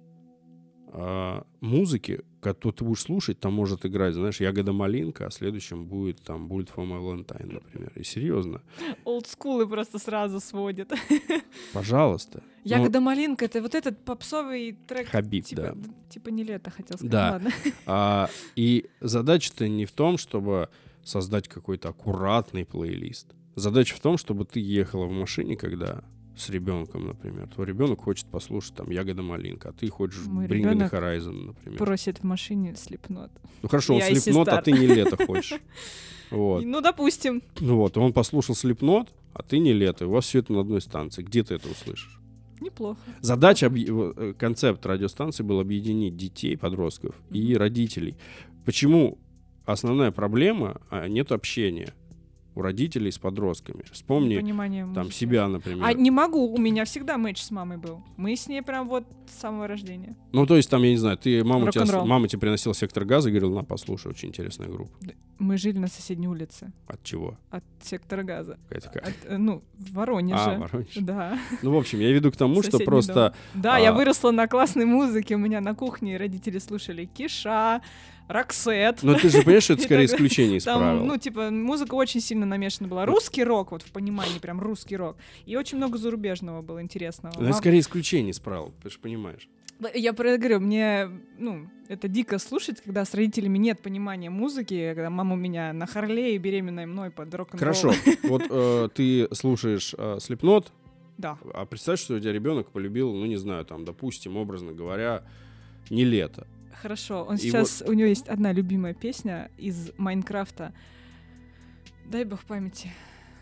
музыки, которую ты будешь слушать, там может играть, знаешь, «Ягода малинка», а следующим будет там «Bullet for My Valentine», например. И серьезно. Олдскулы просто сразу сводят. Пожалуйста. «Ягода малинка» — это вот этот попсовый трек. Хабиб, типа, да. Типа «Не лето», хотел сказать. Да. Ладно. И задача-то не в том, чтобы создать какой-то аккуратный плейлист. Задача в том, чтобы ты ехала в машине, когда с ребенком, например. Твой ребенок хочет послушать там «Ягода малинка», а ты хочешь «Bring Me the Horizon», например. Просит в машине Slipknot. Ну хорошо, он Slipknot, а ты не лето хочешь. Вот. Ну, допустим. Ну вот, он послушал Slipknot, а ты не лето. И у вас все это на одной станции. Где ты это услышишь? Неплохо. Задача, концепт радиостанции был объединить детей, подростков и родителей. Почему основная проблема — нет общения у родителей с подростками? Вспомни там себя, например. А не могу, у меня всегда матч с мамой был. Мы с ней прям вот с самого рождения. Ну, то есть там, я не знаю, мама тебе приносила «Сектор газа» и говорила: на, послушай, очень интересная группа. Мы жили на соседней улице. От чего? От «Сектора газа». Какая? В Воронеже. Воронеж. Да. Ну, в общем, я веду к тому, что просто... Дом. Да, я выросла на классной музыке. У меня на кухне родители слушали Киша, Роксет. Но ты же понимаешь, что это скорее исключение из правил. Ну, типа, музыка очень сильно намешана была. Русский рок, вот в понимании прям русский рок. И очень много зарубежного было интересного. Но это скорее исключение из правил, ты же понимаешь. Я говорю, мне, это дико слушать, когда с родителями нет понимания музыки, когда мама у меня на Харлее беременная мной под рок-н-ролл. Хорошо, вот ты слушаешь Slipknot, да. А представь, что у тебя ребенок полюбил, не знаю, там, допустим, образно говоря, «Не лето». Хорошо, у него есть одна любимая песня из Майнкрафта. Дай бог памяти.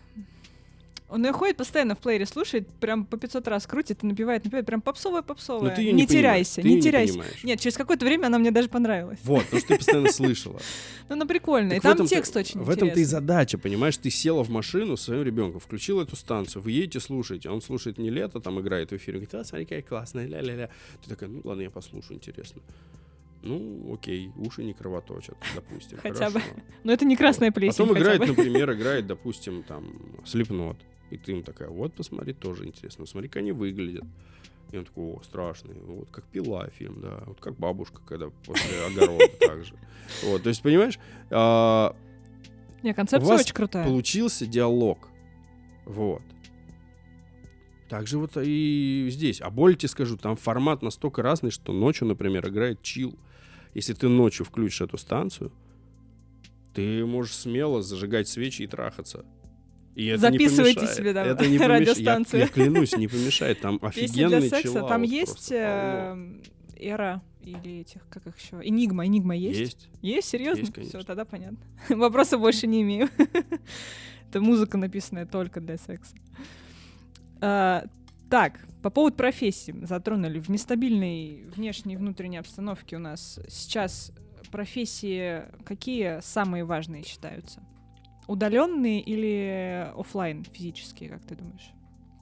Он ее ходит постоянно в плеере, слушает, прям по 500 раз крутит и напевает, прям попсовая. Но ты не теряйся. Нет, через какое-то время она мне даже понравилась. Вот, потому что ты постоянно слышала. Ну, она прикольная, и там текст очень интересный. В этом-то и задача, понимаешь? Ты села в машину с своим ребенком, включила эту станцию, вы едете, слушаете, он слушает «Не лето», там играет в эфире, говорит: смотри, какая классная, ля-ля-ля. Ты такая: ладно, я послушаю, интересно. Ну, окей, уши не кровоточат, допустим. Хотя хорошо. бы. Но это не красная плесень. Потом хотя играет, бы. например, допустим, там, Slipknot. И ты им такая, вот, посмотри, тоже интересно. Смотри, как они выглядят. И он такой, о, страшный. Вот как «Пила» фильм, да. Вот как бабушка, когда после огорода так же. Вот, то есть, понимаешь, Не, у концепция вас очень крутая. получился диалог. Вот. Так же вот и здесь. А более тебе скажу, там формат настолько разный, что ночью, например, играет чил. Если ты ночью включишь эту станцию, ты можешь смело зажигать свечи и трахаться. И это Записывайте не помешает. себе, да, Это не помешает. радиостанцию. Я клянусь, не помешает. Там Песни для офигенный секса. чиллаут. Там есть просто полно. эра или этих, как их еще? Энигма есть? Есть. Есть? Серьезно? Есть, конечно. Все, тогда понятно. Вопросов больше не имею. Это музыка, написанная только для секса. Так, по поводу профессии затронули. В нестабильной внешней и внутренней обстановке у нас сейчас профессии какие самые важные считаются? Удаленные или офлайн физические, как ты думаешь?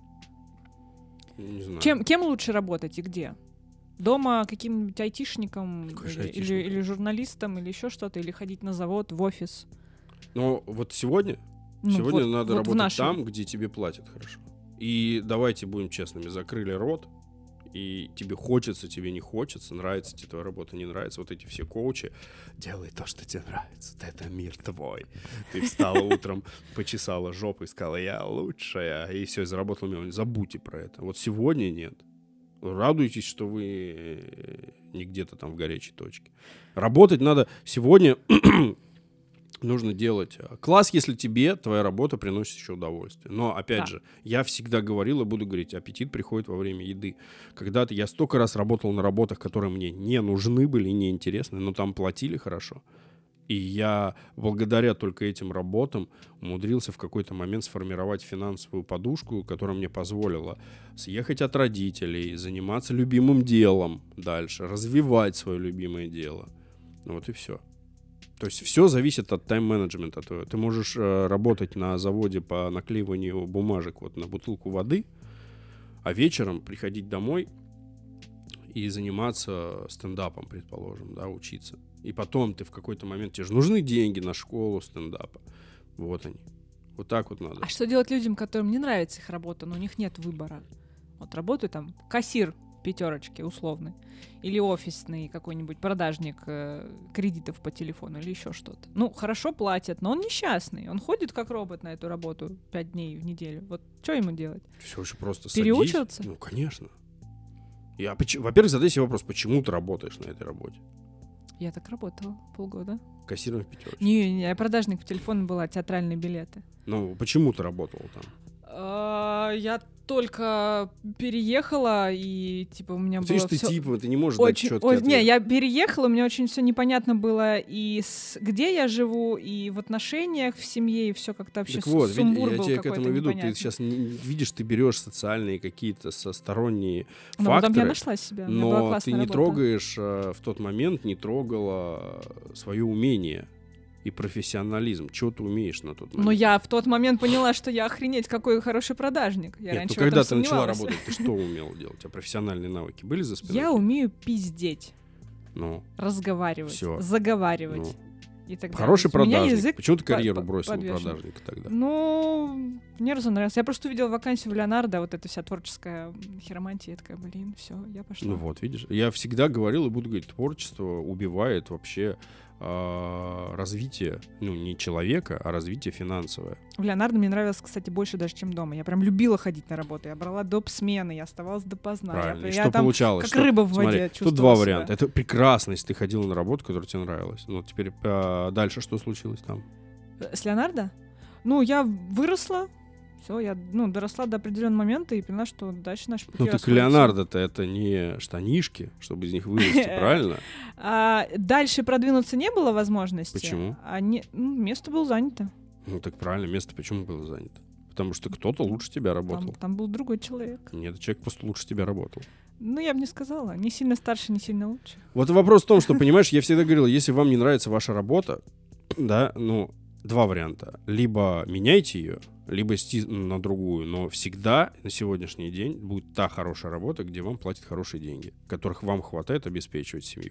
Не знаю. Кем лучше работать и где? Дома каким-нибудь айтишником Какой же или, айтишник? или журналистом, или еще что-то, или ходить на завод, в офис? Но вот сегодня Ну, надо в работать нашем. там, где тебе платят хорошо. И давайте будем честными, закрыли рот, и тебе хочется, тебе не хочется, нравится тебе твоя работа, не нравится. Вот эти все коучи, делай то, что тебе нравится, это мир твой. Ты встала утром, почесала жопу и сказала, я лучшая, и все, и заработала миллион. Забудьте про это. Вот сегодня нет. Радуйтесь, что вы не где-то там в горячей точке. Работать надо сегодня... Нужно делать класс, если тебе твоя работа приносит еще удовольствие. Но, опять же, я всегда говорил и буду говорить, аппетит приходит во время еды. Когда-то я столько раз работал на работах, которые мне не нужны были и не интересны, но там платили хорошо. И я благодаря только этим работам умудрился в какой-то момент сформировать финансовую подушку, которая мне позволила съехать от родителей, заниматься любимым делом дальше, развивать свое любимое дело. Вот и все. То есть все зависит от тайм-менеджмента. Ты можешь работать на заводе по наклеиванию бумажек вот на бутылку воды, а вечером приходить домой и заниматься стендапом, предположим, да, учиться. И потом ты в какой-то момент, тебе же нужны деньги на школу стендапа. Вот они. Вот так вот надо. А что делать людям, которым не нравится их работа, но у них нет выбора? Вот работают там кассир пятерочки условный, или офисный какой-нибудь продажник кредитов по телефону, или еще что-то. Ну, хорошо платят, но он несчастный. Он ходит как робот на эту работу 5 дней в неделю. Вот что ему делать? Все очень просто. Переучиваться? Садись. Ну, конечно. Во-первых, задай себе вопрос, почему ты работаешь на этой работе? Я так работала полгода. Кассиром в пятерочке. Не, я продажник по телефону была, театральные билеты. Ну, почему ты работал там? Я только переехала, и типа у меня Ты было видишь, ты всё типа, ты не можешь очень, дать четкий ответ. не, я переехала, у меня очень все непонятно было, и где я живу, и в отношениях в семье, и все как-то вообще Так вот, сумбур я был тебя к какой-то этому веду. непонятный. Ты сейчас видишь, ты берешь социальные какие-то сторонние Но потом я факторы, нашла себя, у меня была но классная ты не работа. трогаешь в тот момент, не трогала свое умение и профессионализм. Чего ты умеешь на тот момент? Но я в тот момент поняла, что я охренеть какой хороший продажник. Я Нет, раньше ну в этом когда ты начала сомневалась. работать, ты что умела делать? У тебя профессиональные навыки были за спиной? Я умею пиздеть, Ну, разговаривать, всё. заговаривать. ну. И так далее. Хороший У меня продажник. язык Почему ты карьеру по- бросил подвешен. продажника тогда? Ну, мне разонравилось. Я просто увидела вакансию в Леонардо, вот эта вся творческая хиромантия. Я такая, блин, все, я пошла. Ну вот, видишь. Я всегда говорил и буду говорить, творчество убивает вообще развитие, ну, не человека, а развитие финансовое. В Леонардо мне нравилось, кстати, больше даже, чем дома. Я прям любила ходить на работу. Я брала доп. Смены, я оставалась допоздна. Правильно. И Я что там получалось? как рыба в воде Смотри, чувствовала тут два себя. варианта. Это прекрасно, если ты ходила на работу, которая тебе нравилась. Ну, теперь дальше что случилось там? С Леонардо? Ну, я выросла. Все, я доросла до определенного момента и поняла, что дальше наш путь Ну, так Леонардо-то это не штанишки, чтобы из них вылезти, правильно? Дальше продвинуться не было возможности. Почему? Место было занято. Ну, так правильно, место почему было занято? Потому что кто-то лучше тебя работал. Там был другой человек. Нет, человек просто лучше тебя работал. Ну, я бы не сказала. Не сильно старше, не сильно лучше. Вот вопрос в том, что, понимаешь, я всегда говорил, если вам не нравится ваша работа, да, ну, два варианта. Либо меняйте ее, либо идти на другую. Но всегда на сегодняшний день будет та хорошая работа, где вам платят хорошие деньги, которых вам хватает обеспечивать семью.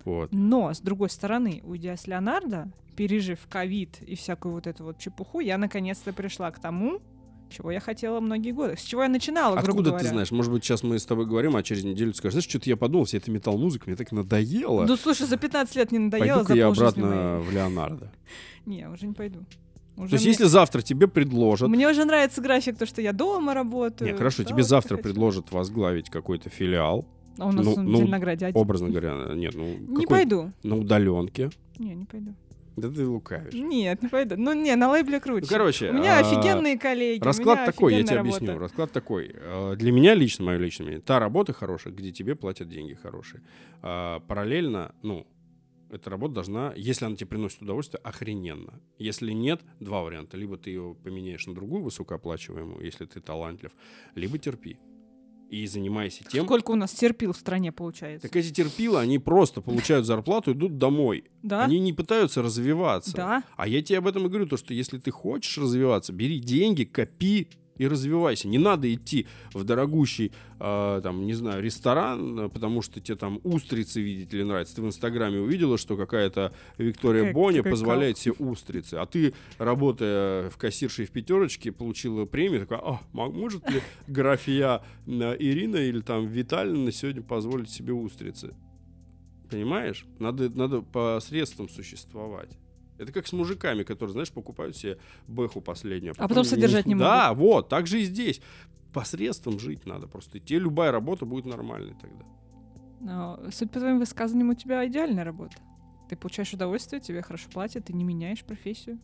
Вот. Но, с другой стороны, уйдя с Леонардо, пережив ковид и всякую вот эту вот чепуху, я наконец-то пришла к тому, чего я хотела многие годы. С чего я начинала, грубо Откуда говоря. ты знаешь? Может быть, сейчас мы с тобой говорим, а через неделю ты скажешь, знаешь, что-то я подумал, вся эта метал-музыка мне так надоела. Ну, слушай, за 15 лет не надоело, Пойду-ка за я полжизни обратно моей. в Леонардо. Не, уже не пойду. Уже То есть, мне... если завтра тебе предложат... Мне уже нравится график, то, что я дома работаю. Не, хорошо, да, тебе вот завтра я хочу. предложат возглавить какой-то филиал. А у нас он в Зеленограде один. Образно говоря, нет, Не пойду. на удаленке. Не пойду. Да ты лукавишь. Нет, не пойду. Ну, не, на лейбле круче. Ну, короче, у меня офигенные коллеги. расклад у меня такой, я тебе офигенная объясню. работа. Расклад такой. Для меня лично, мое личное мнение, та работа хорошая, где тебе платят деньги хорошие. Параллельно, эта работа должна, если она тебе приносит удовольствие, охрененно. Если нет, два варианта. Либо ты ее поменяешь на другую высокооплачиваемую, если ты талантлив, либо терпи. И занимайся тем... Сколько у нас терпил в стране, получается? Так эти терпилы, они просто получают зарплату, идут домой. Да? Они не пытаются развиваться. Да. А я тебе об этом и говорю, то, что если ты хочешь развиваться, бери деньги, копи и развивайся. Не надо идти в дорогущий, не знаю, ресторан, потому что тебе там устрицы видеть или нравится. Ты в Инстаграме увидела, что какая-то Виктория Боня позволяет себе устрицы. А ты, работая в кассиршей в пятерочке, получила премию, такая, может ли графия Ирина или там Витальевна сегодня позволить себе устрицы? Понимаешь? Надо посредством существовать. Это как с мужиками, которые, знаешь, покупают себе бэху последнюю. А потом содержать не могут. Да, вот, так же и здесь. Посредством жить надо просто. Тебе любая работа будет нормальной тогда. Но, судя по твоим высказываниям, у тебя идеальная работа. Ты получаешь удовольствие, тебе хорошо платят, ты не меняешь профессию.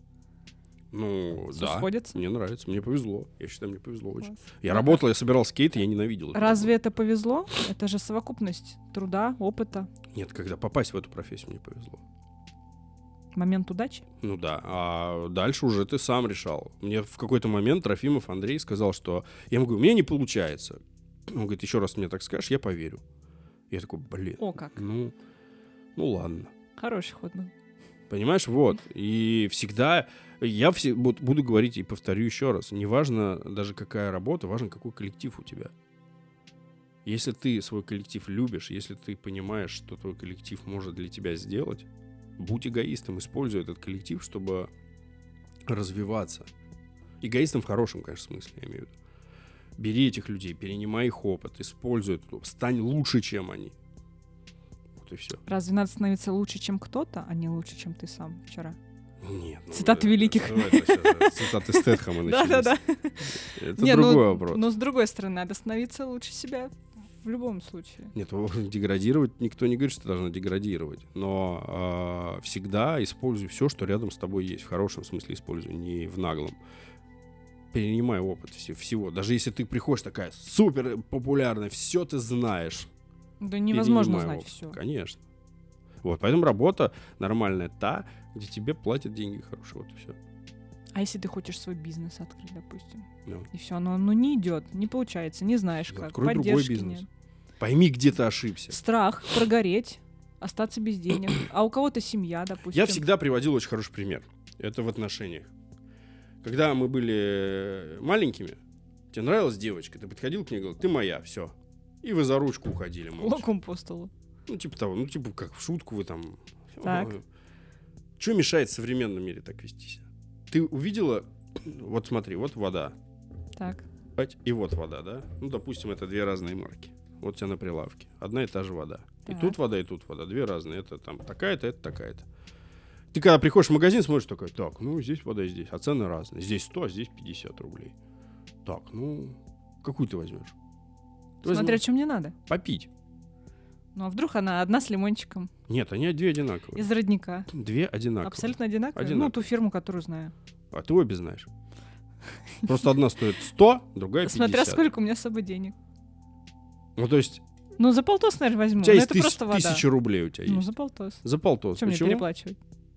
Всё сходится. Мне нравится, мне повезло. Я считаю, мне повезло очень. Класс. Я работал, я собирал скейты, я ненавидел это. Разве это повезло? Это же совокупность труда, опыта, Нет, когда попасть в эту профессию, мне повезло. момент удачи. Ну да, а дальше уже ты сам решал. Мне в какой-то момент Трофимов Андрей сказал, что... Я ему говорю, у меня не получается. Он говорит, еще раз мне так скажешь, я поверю. Я такой, блин. О, как. Ну ладно. Хороший ход был. Понимаешь, вот. И всегда... Я буду говорить и повторю еще раз. Неважно даже какая работа, важно какой коллектив у тебя. Если ты свой коллектив любишь, если ты понимаешь, что твой коллектив может для тебя сделать, будь эгоистом, используй этот коллектив, чтобы развиваться. Эгоистом в хорошем, конечно, смысле, я имею в виду. Бери этих людей, перенимай их опыт, используй это, стань лучше, чем они. Вот и все. Разве надо становиться лучше, чем кто-то, а не лучше, чем ты сам вчера? Нет. Цитаты великих. Цитаты Стэтхэма начались. Да-да-да. Это другой вопрос. Но с другой стороны, надо становиться лучше себя в любом случае. Нет, деградировать никто не говорит, что ты должна деградировать. Но всегда используй все, что рядом с тобой есть. В хорошем смысле используй, не в наглом. Перенимай опыт всего. Даже если ты приходишь такая супер популярная, все ты знаешь. Да невозможно Перенимай знать опыт. все. Конечно. Вот, поэтому работа нормальная та, где тебе платят деньги хорошие. Вот и все. А если ты хочешь свой бизнес открыть, допустим, Ну. и все, оно не идет, не получается, не знаешь как, Открой другой поддержки бизнес. нет. Пойми, где ты ошибся. Страх прогореть, остаться без денег. А у кого-то семья, допустим. Я всегда приводил очень хороший пример. Это в отношениях. Когда мы были маленькими, тебе нравилась девочка, ты подходил к ней и говорил, ты моя, все. И вы за ручку уходили молча. Локом по столу. Ну, типа того, как в шутку вы там... Так. Что мешает в современном мире так вести себя? Ты увидела, вот смотри, вот вода, Так. и вот вода, да? Ну, допустим, это две разные марки. Вот у тебя на прилавке. Одна и та же вода. Так. И тут вода, две разные. Это там такая-то, это такая-то. Ты когда приходишь в магазин, смотришь такой, так, здесь вода, здесь, а цены разные. Здесь 100, а здесь 50 рублей. Так, какую ты возьмешь? Смотря, что мне надо. Попить. Ну, а вдруг она одна с лимончиком Нет, они две одинаковые. из родника. Две одинаковые. Абсолютно одинаковые? Одинаковые. Ну, ту фирму, которую знаю. А ты обе знаешь. Просто одна стоит 100, другая 50. Смотря сколько у меня с собой денег. Ну, то есть... Ну, за полтос, наверное, возьму. У тебя Но есть это просто вода. 1000 рублей у тебя есть. Ну, за полтос. За полтос. Чем мне Почему? переплачивать?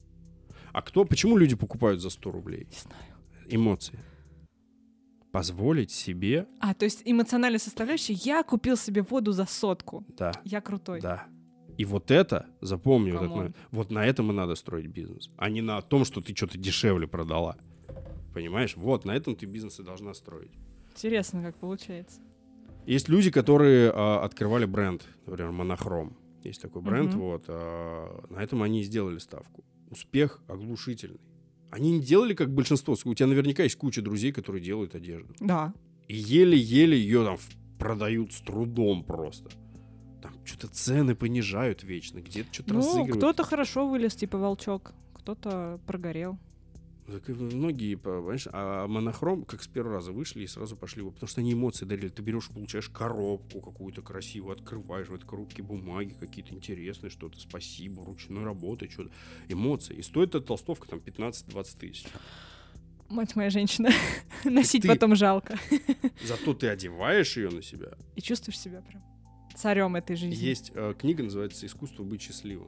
Почему люди покупают за 100 рублей? Не знаю. Эмоции. Позволить себе... То есть эмоциональная составляющая. Я купил себе воду за 100. Да. Я крутой. Да. И вот это, запомни, вот, этот Камон. момент, вот на этом и надо строить бизнес, а не на том, что ты что-то дешевле продала. Понимаешь? Вот, на этом ты бизнес и должна строить. Интересно, как получается. Есть люди, которые открывали бренд, например, Монохром. Есть такой бренд, вот. На этом они и сделали ставку. Успех оглушительный. Они не делали, как большинство. У тебя наверняка есть куча друзей, которые делают одежду. Да. И еле-еле ее там продают с трудом просто. Там что-то цены понижают вечно, где-то что-то разыгрывают. Кто-то хорошо вылез, типа волчок, кто-то прогорел. Так и многие, понимаешь, а монохром как с первого раза вышли и сразу пошли, потому что они эмоции дарили. Ты берешь, получаешь коробку какую-то красивую, открываешь в этой коробке бумаги какие-то интересные, что-то, спасибо, ручной работы, что-то. Эмоции. И стоит эта толстовка там 15-20 тысяч. Мать моя женщина. Носить потом жалко. Зато ты одеваешь ее на себя. И чувствуешь себя прям царем этой жизни. Есть книга, называется «Искусство быть счастливым».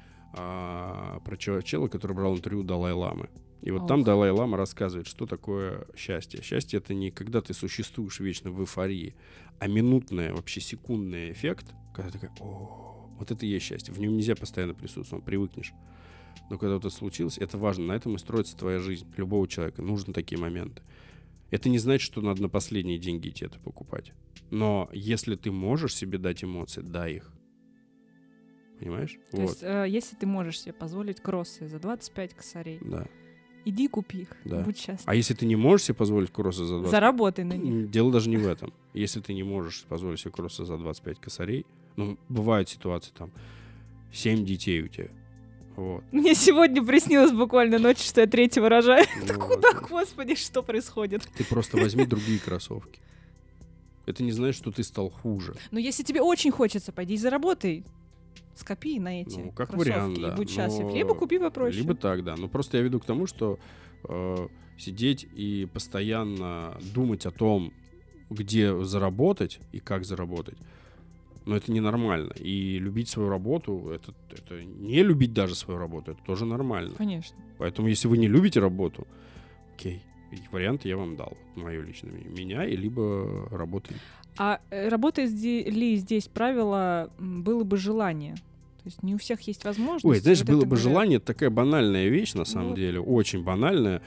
Про чела, который брал интервью у Далай-ламы. И вот там Далай-лама рассказывает, что такое счастье. Счастье — это не когда ты существуешь вечно в эйфории, а минутный, вообще секундный эффект, когда ты такая: о, вот это и есть счастье. В нем нельзя постоянно присутствовать, привыкнешь. Но когда вот это случилось, это важно. На этом и строится твоя жизнь. Любого человека нужны такие моменты. Это не значит, что надо на последние деньги идти это покупать. Но если ты можешь себе дать эмоции, дай их. Понимаешь? То есть, если ты можешь себе позволить кроссы за 25 косарей, да. Иди купи их, да. Будь счастлив. А если ты не можешь себе позволить кроссы за 25... Заработай на них. Дело даже не в этом. Если ты не можешь позволить себе кроссы за 25 косарей, ну, бывают ситуации, там, 7 детей у тебя. Вот. Мне сегодня приснилось буквально ночью, что я 3-го рожаю. Вот. Куда, господи, что происходит? Ты просто возьми другие кроссовки. Это не значит, что ты стал хуже. Но если тебе очень хочется, пойди и заработай. Скопи на эти как кроссовки вариант, да. и будь счастлив. Либо купи попроще. Либо так, да. Но просто я веду к тому, что сидеть и постоянно думать о том, где заработать и как заработать, но это ненормально. И любить свою работу, это не любить даже свою работу, это тоже нормально. Конечно. Поэтому, если вы не любите работу, окей, варианты я вам дал. Мое личное. Меняй, либо работай. А работает ли здесь правило «было бы желание»? То есть не у всех есть возможность. Ой, знаешь, вот было это бы говорят. желание, это такая банальная вещь, на самом Вот. деле, очень банальная.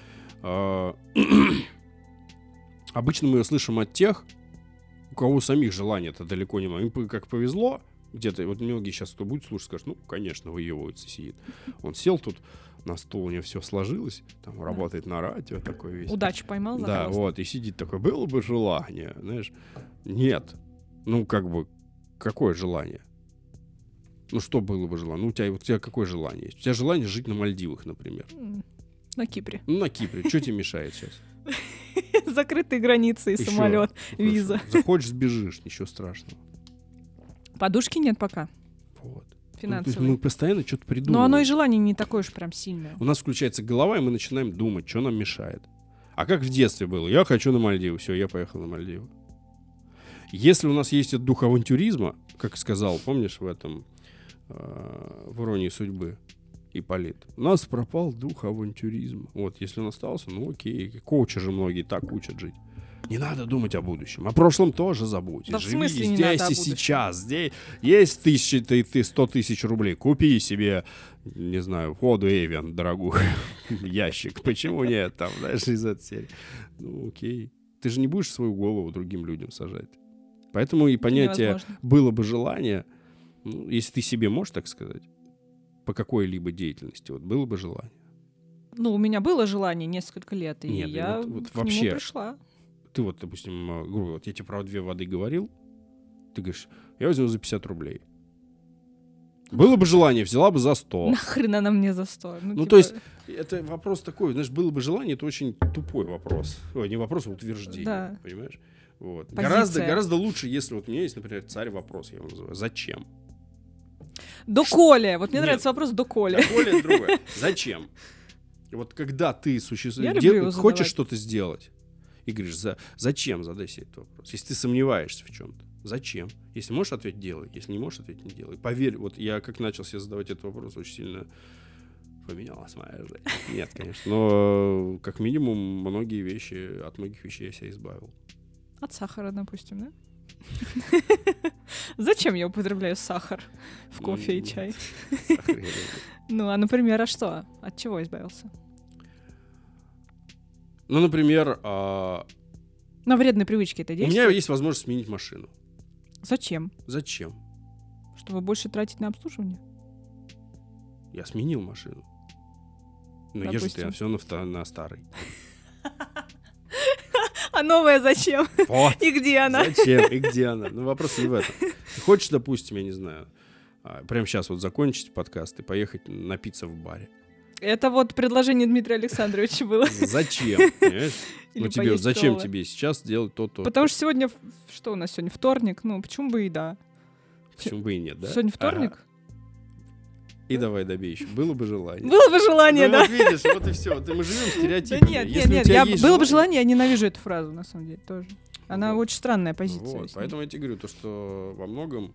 Обычно мы ее слышим от тех, у кого самих желания-то далеко не много. Им как повезло, где-то, вот многие сейчас, кто будет слушать, скажут: ну, конечно, выебывается, сидит. Он сел тут, на стол у него все сложилось, там работает на радио, такой весь. Удачу поймал за Да, хвост. вот, и сидит такой: было бы желание, знаешь. Нет. Ну, как бы, какое желание? Ну, что было бы желание? Ну, у тебя какое желание есть? У тебя желание жить на Мальдивах, например. На Кипре. Ну, на Кипре. Что тебе мешает сейчас? Закрытые границы и Ещё. самолет, виза. Захочешь, сбежишь, ничего страшного. Подушки нет пока. Вот. Ну, то есть Финансовые. мы постоянно что-то придумываем. Но оно и желание не такое уж прям сильное. У нас включается голова, и мы начинаем думать, что нам мешает. А как в детстве было? Я хочу на Мальдивы. Все, я поехал на Мальдивы. Если у нас есть этот дух авантюризма, как сказал, помнишь, в этом в «Иронии судьбы» Ипполит, у нас пропал дух авантюризма. Вот, если он остался, ну окей. Коучи же многие так учат жить. Не надо думать о будущем. О прошлом тоже забудь. Да в Живи смысле не здесь надо о и будущем? сейчас. Здесь есть 100 тысяч рублей. Купи себе, не знаю, воду Эвиан дорогую. Ящик. Почему нет? Там, знаешь, из этой серии. Ну окей. Ты же не будешь свою голову другим людям сажать. Поэтому и понятие Невозможно. «было бы желание», ну, если ты себе можешь так сказать, по какой-либо деятельности, вот было бы желание. Ну, у меня было желание несколько лет, и Нет, я вот к вообще. нему пришла. Ты вот, допустим, грубо, вот я тебе про 2 воды говорил, ты говоришь: я возьму за 50 рублей. Было бы желание, взяла бы за 100. Нахрен она мне за 100? Ну, типа, то есть, это вопрос такой, знаешь, было бы желание, это очень тупой вопрос. Ой, не вопрос, а утверждение, Да. понимаешь? Вот. Позиция. Гораздо лучше, если вот у меня есть, например, царь-вопрос, я его называю. Зачем? Доколе. Вот мне Нет. нравится вопрос доколе. Более другое. Зачем? И вот когда ты Я люблю его хочешь задавать. что-то сделать, и говоришь: зачем, задай себе этот вопрос. Если ты сомневаешься в чем-то, зачем? Если можешь ответить — делай. Если не можешь ответить — не делай. Поверь, вот я как начал себе задавать этот вопрос, очень сильно поменялась моя жизнь. Нет, конечно. Но как минимум от многих вещей я себя избавил. От сахара, допустим, да? Зачем я употребляю сахар в кофе и чай? Сахар я люблю. Ну, а, например, а что? От чего избавился? Ну, например, На вредные привычки это у меня действует? есть возможность сменить машину. Зачем? Зачем? Чтобы больше тратить на обслуживание? Я сменил машину. Но езжу-то я все на старой. А новая зачем? Вот. И где она? Зачем? И где она? Ну, вопрос не в этом. Ты хочешь, допустим, я не знаю, прямо сейчас вот закончить подкаст и поехать напиться в баре. Это вот предложение Дмитрия Александровича было. Зачем? Понимаешь? Или Ну тебе поесть зачем роллы. тебе сейчас делать то-то? Потому что сегодня... Что у нас сегодня? Вторник? Ну, почему бы и да? Почему бы и нет, да? Сегодня вторник? Ага. И давай добей еще. Было бы желание. Было бы желание, Ну, да? вот видишь, вот и все. Мы живем Да стереотипами. нет, Если нет, у тебя нет. есть Было бы желание, я ненавижу эту фразу, на самом деле, тоже. Она Вот. очень странная позиция. Вот, поэтому я тебе говорю, то, что во многом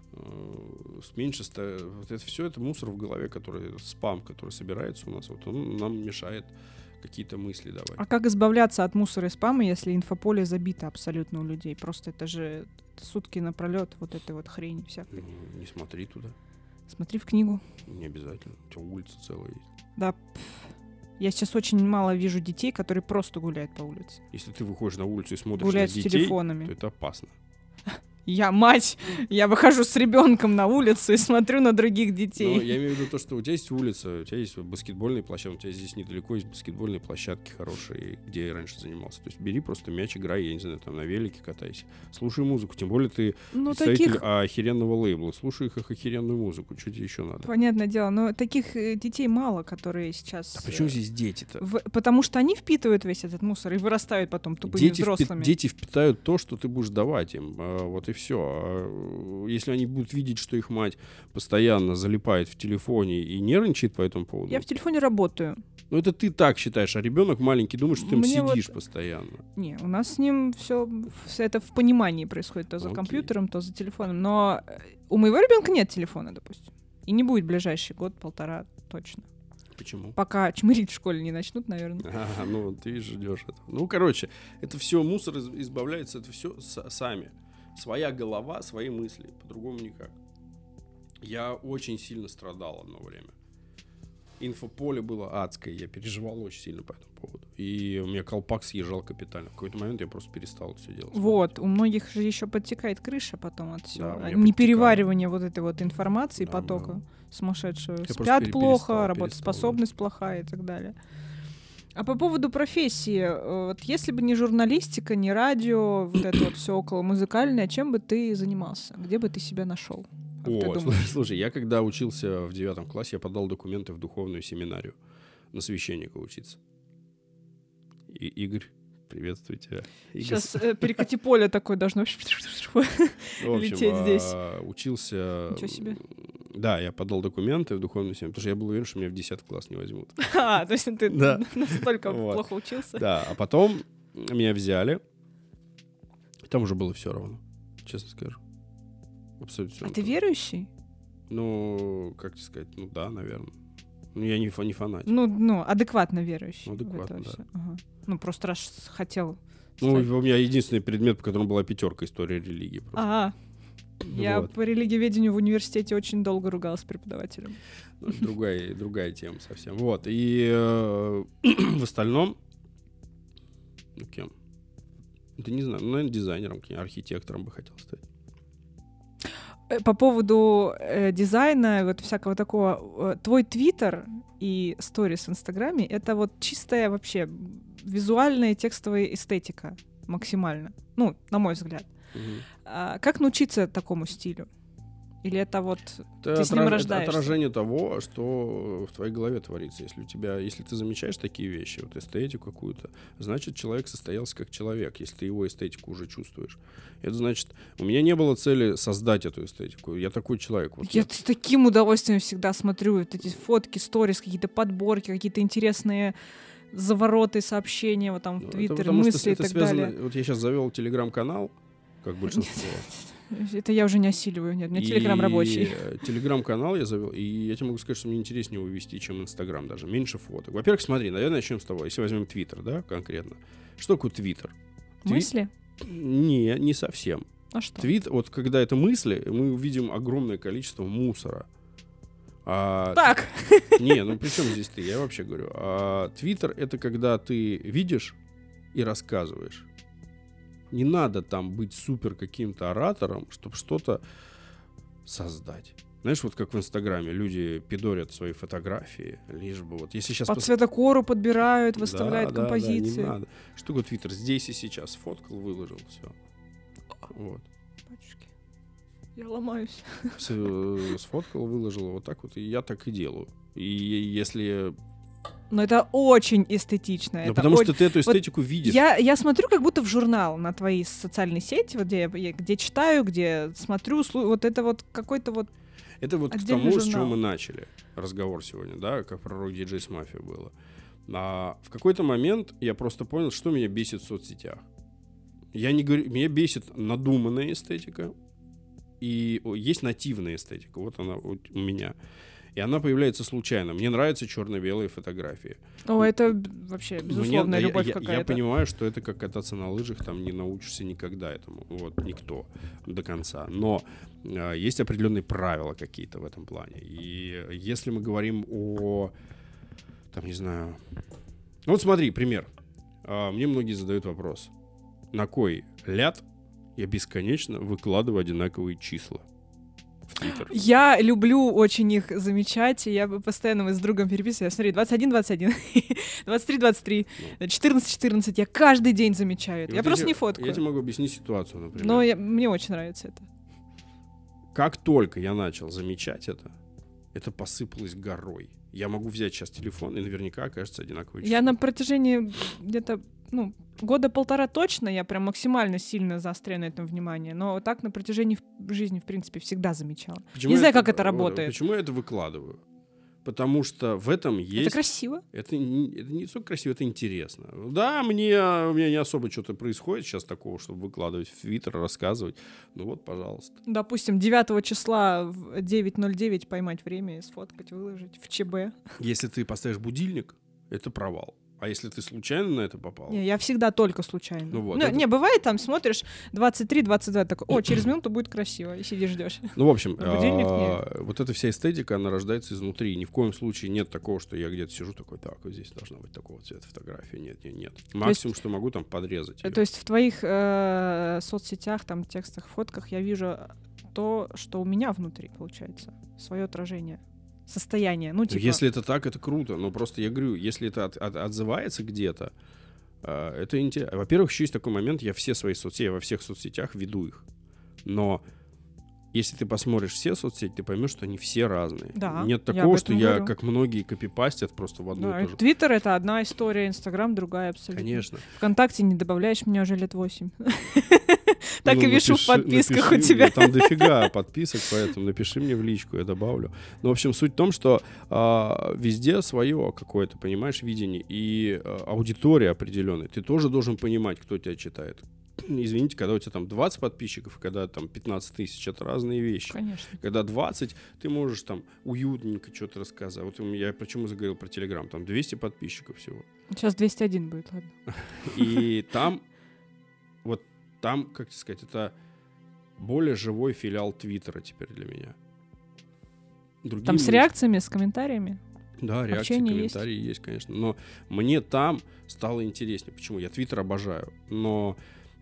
вот это все это мусор в голове, который спам, который собирается у нас, вот он нам мешает какие-то мысли давать. А как избавляться от мусора и спама, если инфополе забито абсолютно у людей? Просто это же сутки напролет вот этой вот хрени всякой. Не смотри туда, Смотри в книгу. не обязательно. У тебя улица целая есть. Да. Я сейчас очень мало вижу детей, которые просто гуляют по улице. Если ты выходишь на улицу и смотришь Гуляют на с детей, телефонами. то это опасно. Я мать, я выхожу с ребенком на улицу и смотрю на других детей. Но я имею в виду то, что у тебя есть улица, у тебя есть баскетбольные площадки, у тебя здесь недалеко есть баскетбольные площадки хорошие, где я раньше занимался. То есть бери просто мяч, играй, я не знаю, там на велике катайся. Слушай музыку, тем более ты представитель таких, охеренного лейбла. Слушай их охеренную музыку, что тебе еще надо? понятное дело, но таких детей мало, которые сейчас... А почему здесь дети-то? Потому что они впитывают весь этот мусор и вырастают потом тупыми взрослыми. Дети впитают то, что ты будешь давать им. Вот и все. Если они будут видеть, что их мать постоянно залипает в телефоне и нервничает по этому поводу. Я в телефоне работаю. Ну, это ты так считаешь, а ребенок маленький думает, что ты Мне сидишь вот- постоянно. Не, у нас с ним все это в понимании происходит, то за Окей. компьютером, то за телефоном. Но у моего ребенка нет телефона, допустим. И не будет в ближайший год-полтора точно. Почему? Пока чмырить в школе не начнут, наверное. Ну, ты ждешь этого. Ну, короче, это все, мусор избавляется, это все сами. Своя голова, свои мысли. По-другому никак. Я очень сильно страдал одно время. Инфополе было адское, я переживал очень сильно по этому поводу. И у меня колпак съезжал капитально. В какой-то момент я просто перестал все делать. Вот, у многих же еще подтекает крыша потом от всего. Да, у меня Непереваривание вот этой вот информации, Да, потока да. сумасшедшего. Я просто Спят плохо, перестал, работоспособность плохая и так далее. А по поводу профессии, вот если бы не журналистика, не радио, вот это вот все около музыкальное, чем бы ты занимался? Где бы ты себя нашел? Как ты думаешь? Слушай, я когда учился в 9 классе, я подал документы в духовную семинарию на священника учиться. И Игорь, приветствую тебя. Сейчас перекати поле такое должно В общем, лететь здесь. Учился... Ничего себе. Да, я подал документы в духовную семинарию, потому что я был уверен, что меня в 10 класс не возьмут. А, то есть ты Да. настолько Вот. плохо учился? Да, а потом меня взяли. И там уже было все равно, честно скажу. Абсолютно все А ты верующий? Ну, как тебе сказать, ну да, наверное. Ну, я не фанатик. Ну, адекватно верующий. Ну, адекватно, в это да. всё. Ага. Ну, просто раз хотел... Ну, стать. у меня единственный предмет, по которому была 5 история религии. Просто. Ага. Я Вот. по религиоведению в университете очень долго ругалась с преподавателем. Ну, другая тема совсем. Вот. И в остальном... Ну, кем? Да не знаю. Ну, наверное, дизайнером, архитектором бы хотел стать. По поводу дизайна, вот всякого такого, твой твиттер и сторис в Инстаграме — это вот чистая вообще визуальная текстовая эстетика максимально. Ну, на мой взгляд. Мгм. А как научиться такому стилю? Или это вот Это ты с ним это рождаешься? отражение того, что в твоей голове творится. Если ты замечаешь такие вещи, вот эстетику какую-то, значит, человек состоялся как человек, если ты его эстетику уже чувствуешь. Это значит, у меня не было цели создать эту эстетику. Я такой человек. Вот Я с таким удовольствием всегда смотрю вот эти фотки, сторис, какие-то подборки, какие-то интересные завороты, сообщения вот там в Ну, Твиттере, потому что мысли и это так связано. далее. Вот я сейчас завел телеграм-канал, как большинство. Это я уже не осиливаю, нет, у меня телеграм рабочий. Телеграм-канал я завел, и я тебе могу сказать, что мне интереснее его вести, чем Инстаграм даже. Меньше фоток. Во-первых, смотри, наверное, начнем с того. Если возьмем Твиттер, да, конкретно. Что такое Твиттер? Мысли? Не совсем. А что? Твит, вот когда это мысли, мы увидим огромное количество мусора. Так! Не, ну при чем здесь ты? Я вообще говорю. Твиттер — это когда ты видишь и рассказываешь. Не надо там быть супер каким-то оратором, чтобы что-то создать. Знаешь, вот как в Инстаграме люди пидорят свои фотографии, лишь бы вот... Если сейчас По цветокору подбирают, выставляют да, композиции. не надо. Что такое Твиттер? Здесь и сейчас сфоткал, выложил, все. Вот. Батюшки, я ломаюсь. Сфоткал, выложил, вот так вот, и я так и делаю. И если... Но это очень эстетично. Ну, это потому что ты эту эстетику видишь. Я смотрю как будто в журнал на твои социальные сети, вот где читаю, где смотрю, вот это вот какой-то вот это вот к тому, с чего мы начали разговор сегодня, да, как про Rock DJs Mafia было. А в какой-то момент я просто понял, что меня бесит в соцсетях. Я не говорю, меня бесит надуманная эстетика, и есть нативная эстетика, вот она у меня. И она появляется случайно. Мне нравятся черно-белые фотографии. О, это вообще безусловная любовь какая-то. Я понимаю, что это как кататься на лыжах, там не научишься никогда этому. Вот, никто до конца. Но есть определенные правила какие-то в этом плане. И если мы говорим о... Там, не знаю... Вот смотри, пример. Мне многие задают вопрос. На кой ляд я бесконечно выкладываю одинаковые числа в Твиттер? Я люблю очень их замечать, и я постоянно с другом переписываюсь. Смотри, 21-21, 23-23, 14-14, я каждый день замечаю это. Я просто не фоткаю. Я тебе могу объяснить ситуацию, например. Но мне очень нравится это. Как только я начал замечать это посыпалось горой. Я могу взять сейчас телефон, и наверняка окажется одинаковый число. Я на протяжении где-то, года полтора точно, я прям максимально сильно заостряю на этом внимание. Но так на протяжении жизни, в принципе, всегда замечала. Не знаю, как это работает. Почему я это выкладываю? Потому что в этом есть... Это красиво. Это не только красиво, это интересно. Да, у меня не особо что-то происходит сейчас такого, чтобы выкладывать в Твиттер, рассказывать. Ну вот, пожалуйста. Допустим, 9 числа в 9:09 поймать время и сфоткать, выложить в ЧБ. Если ты поставишь будильник, это провал. А если ты случайно на это попал? Не, я всегда только случайно. Ну вот, Не, бывает, там смотришь 23-22, такой, через минуту будет красиво, и сидишь, ждешь. Ну, в общем, Будильник нет. вот эта вся эстетика, она рождается изнутри. Ни в коем случае нет такого, что я где-то сижу такой, так, вот здесь должна быть такого цвета фотография. Нет. Максимум, что могу, там подрезать ее. То есть в твоих соцсетях, там, текстах, фотках я вижу то, что у меня внутри, получается, свое отражение. Состояние, Если это так, это круто, но просто я говорю, если это отзывается где-то, это интересно. Во-первых, еще есть такой момент, я все свои соцсети, я во всех соцсетях веду их, но если ты посмотришь все соцсети, ты поймешь, что они все разные. Да, нет такого, что я, говорю. как многие, копипастят просто в одну и ту же. Твиттер — это одна история, Инстаграм — другая абсолютно. Конечно. ВКонтакте не добавляешь, меня уже лет 8. Так и вешу в подписках у тебя. Там дофига подписок, поэтому напиши мне в личку, я добавлю. Ну, в общем, суть в том, что везде свое какое-то, понимаешь, видение и аудитория определенная. Ты тоже должен понимать, кто тебя читает. Извините, когда у тебя там 20 подписчиков, и когда там 15 тысяч, это разные вещи. Конечно. Когда 20, ты можешь там уютненько что-то рассказать. Вот я почему заговорил про Телеграм, там 200 подписчиков всего. Сейчас 201 будет, ладно. И там, как тебе сказать, это более живой филиал Твиттера теперь для меня. Там с реакциями, с комментариями? Да, реакции, комментарии есть, конечно. Но мне там стало интереснее. Почему? Я Твиттер обожаю. Но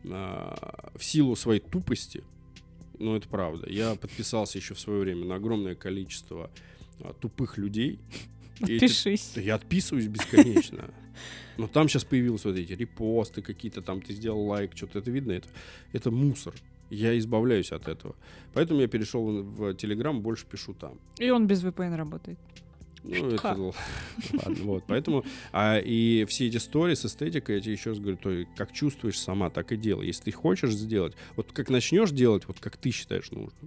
в силу своей тупости, это правда, я подписался еще в свое время на огромное количество тупых людей. Отпишись. Я отписываюсь бесконечно. Но там сейчас появились вот эти репосты какие-то, там ты сделал лайк, что-то это видно. Это мусор. Я избавляюсь от этого. Поэтому я перешел в Telegram, больше пишу там. И он без VPN работает. Это ладно, вот. Поэтому и все эти истории с эстетикой, я тебе еще раз говорю, то как чувствуешь сама, так и делай. Если ты хочешь сделать, вот как начнешь делать, вот как ты считаешь нужным.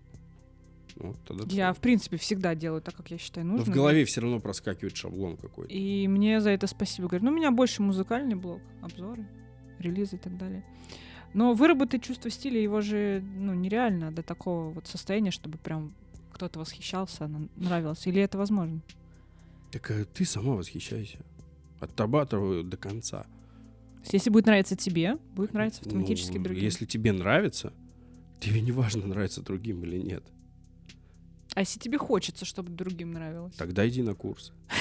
Я, в принципе, всегда делаю так, как я считаю нужным. Но в голове все равно проскакивает шаблон какой-то. И мне за это спасибо. Говорю, у меня больше музыкальный блог, обзоры, релизы и так далее. Но выработать чувство стиля, его же нереально до такого вот состояния, чтобы прям кто-то восхищался, нравилось. Или это возможно? Так ты сама восхищайся. Отрабатывай до конца. Если будет нравиться тебе, будет нравиться автоматически другим. Если тебе нравится, тебе не важно, нравится другим или нет. А если тебе хочется, чтобы другим нравилось? Тогда иди на курсы.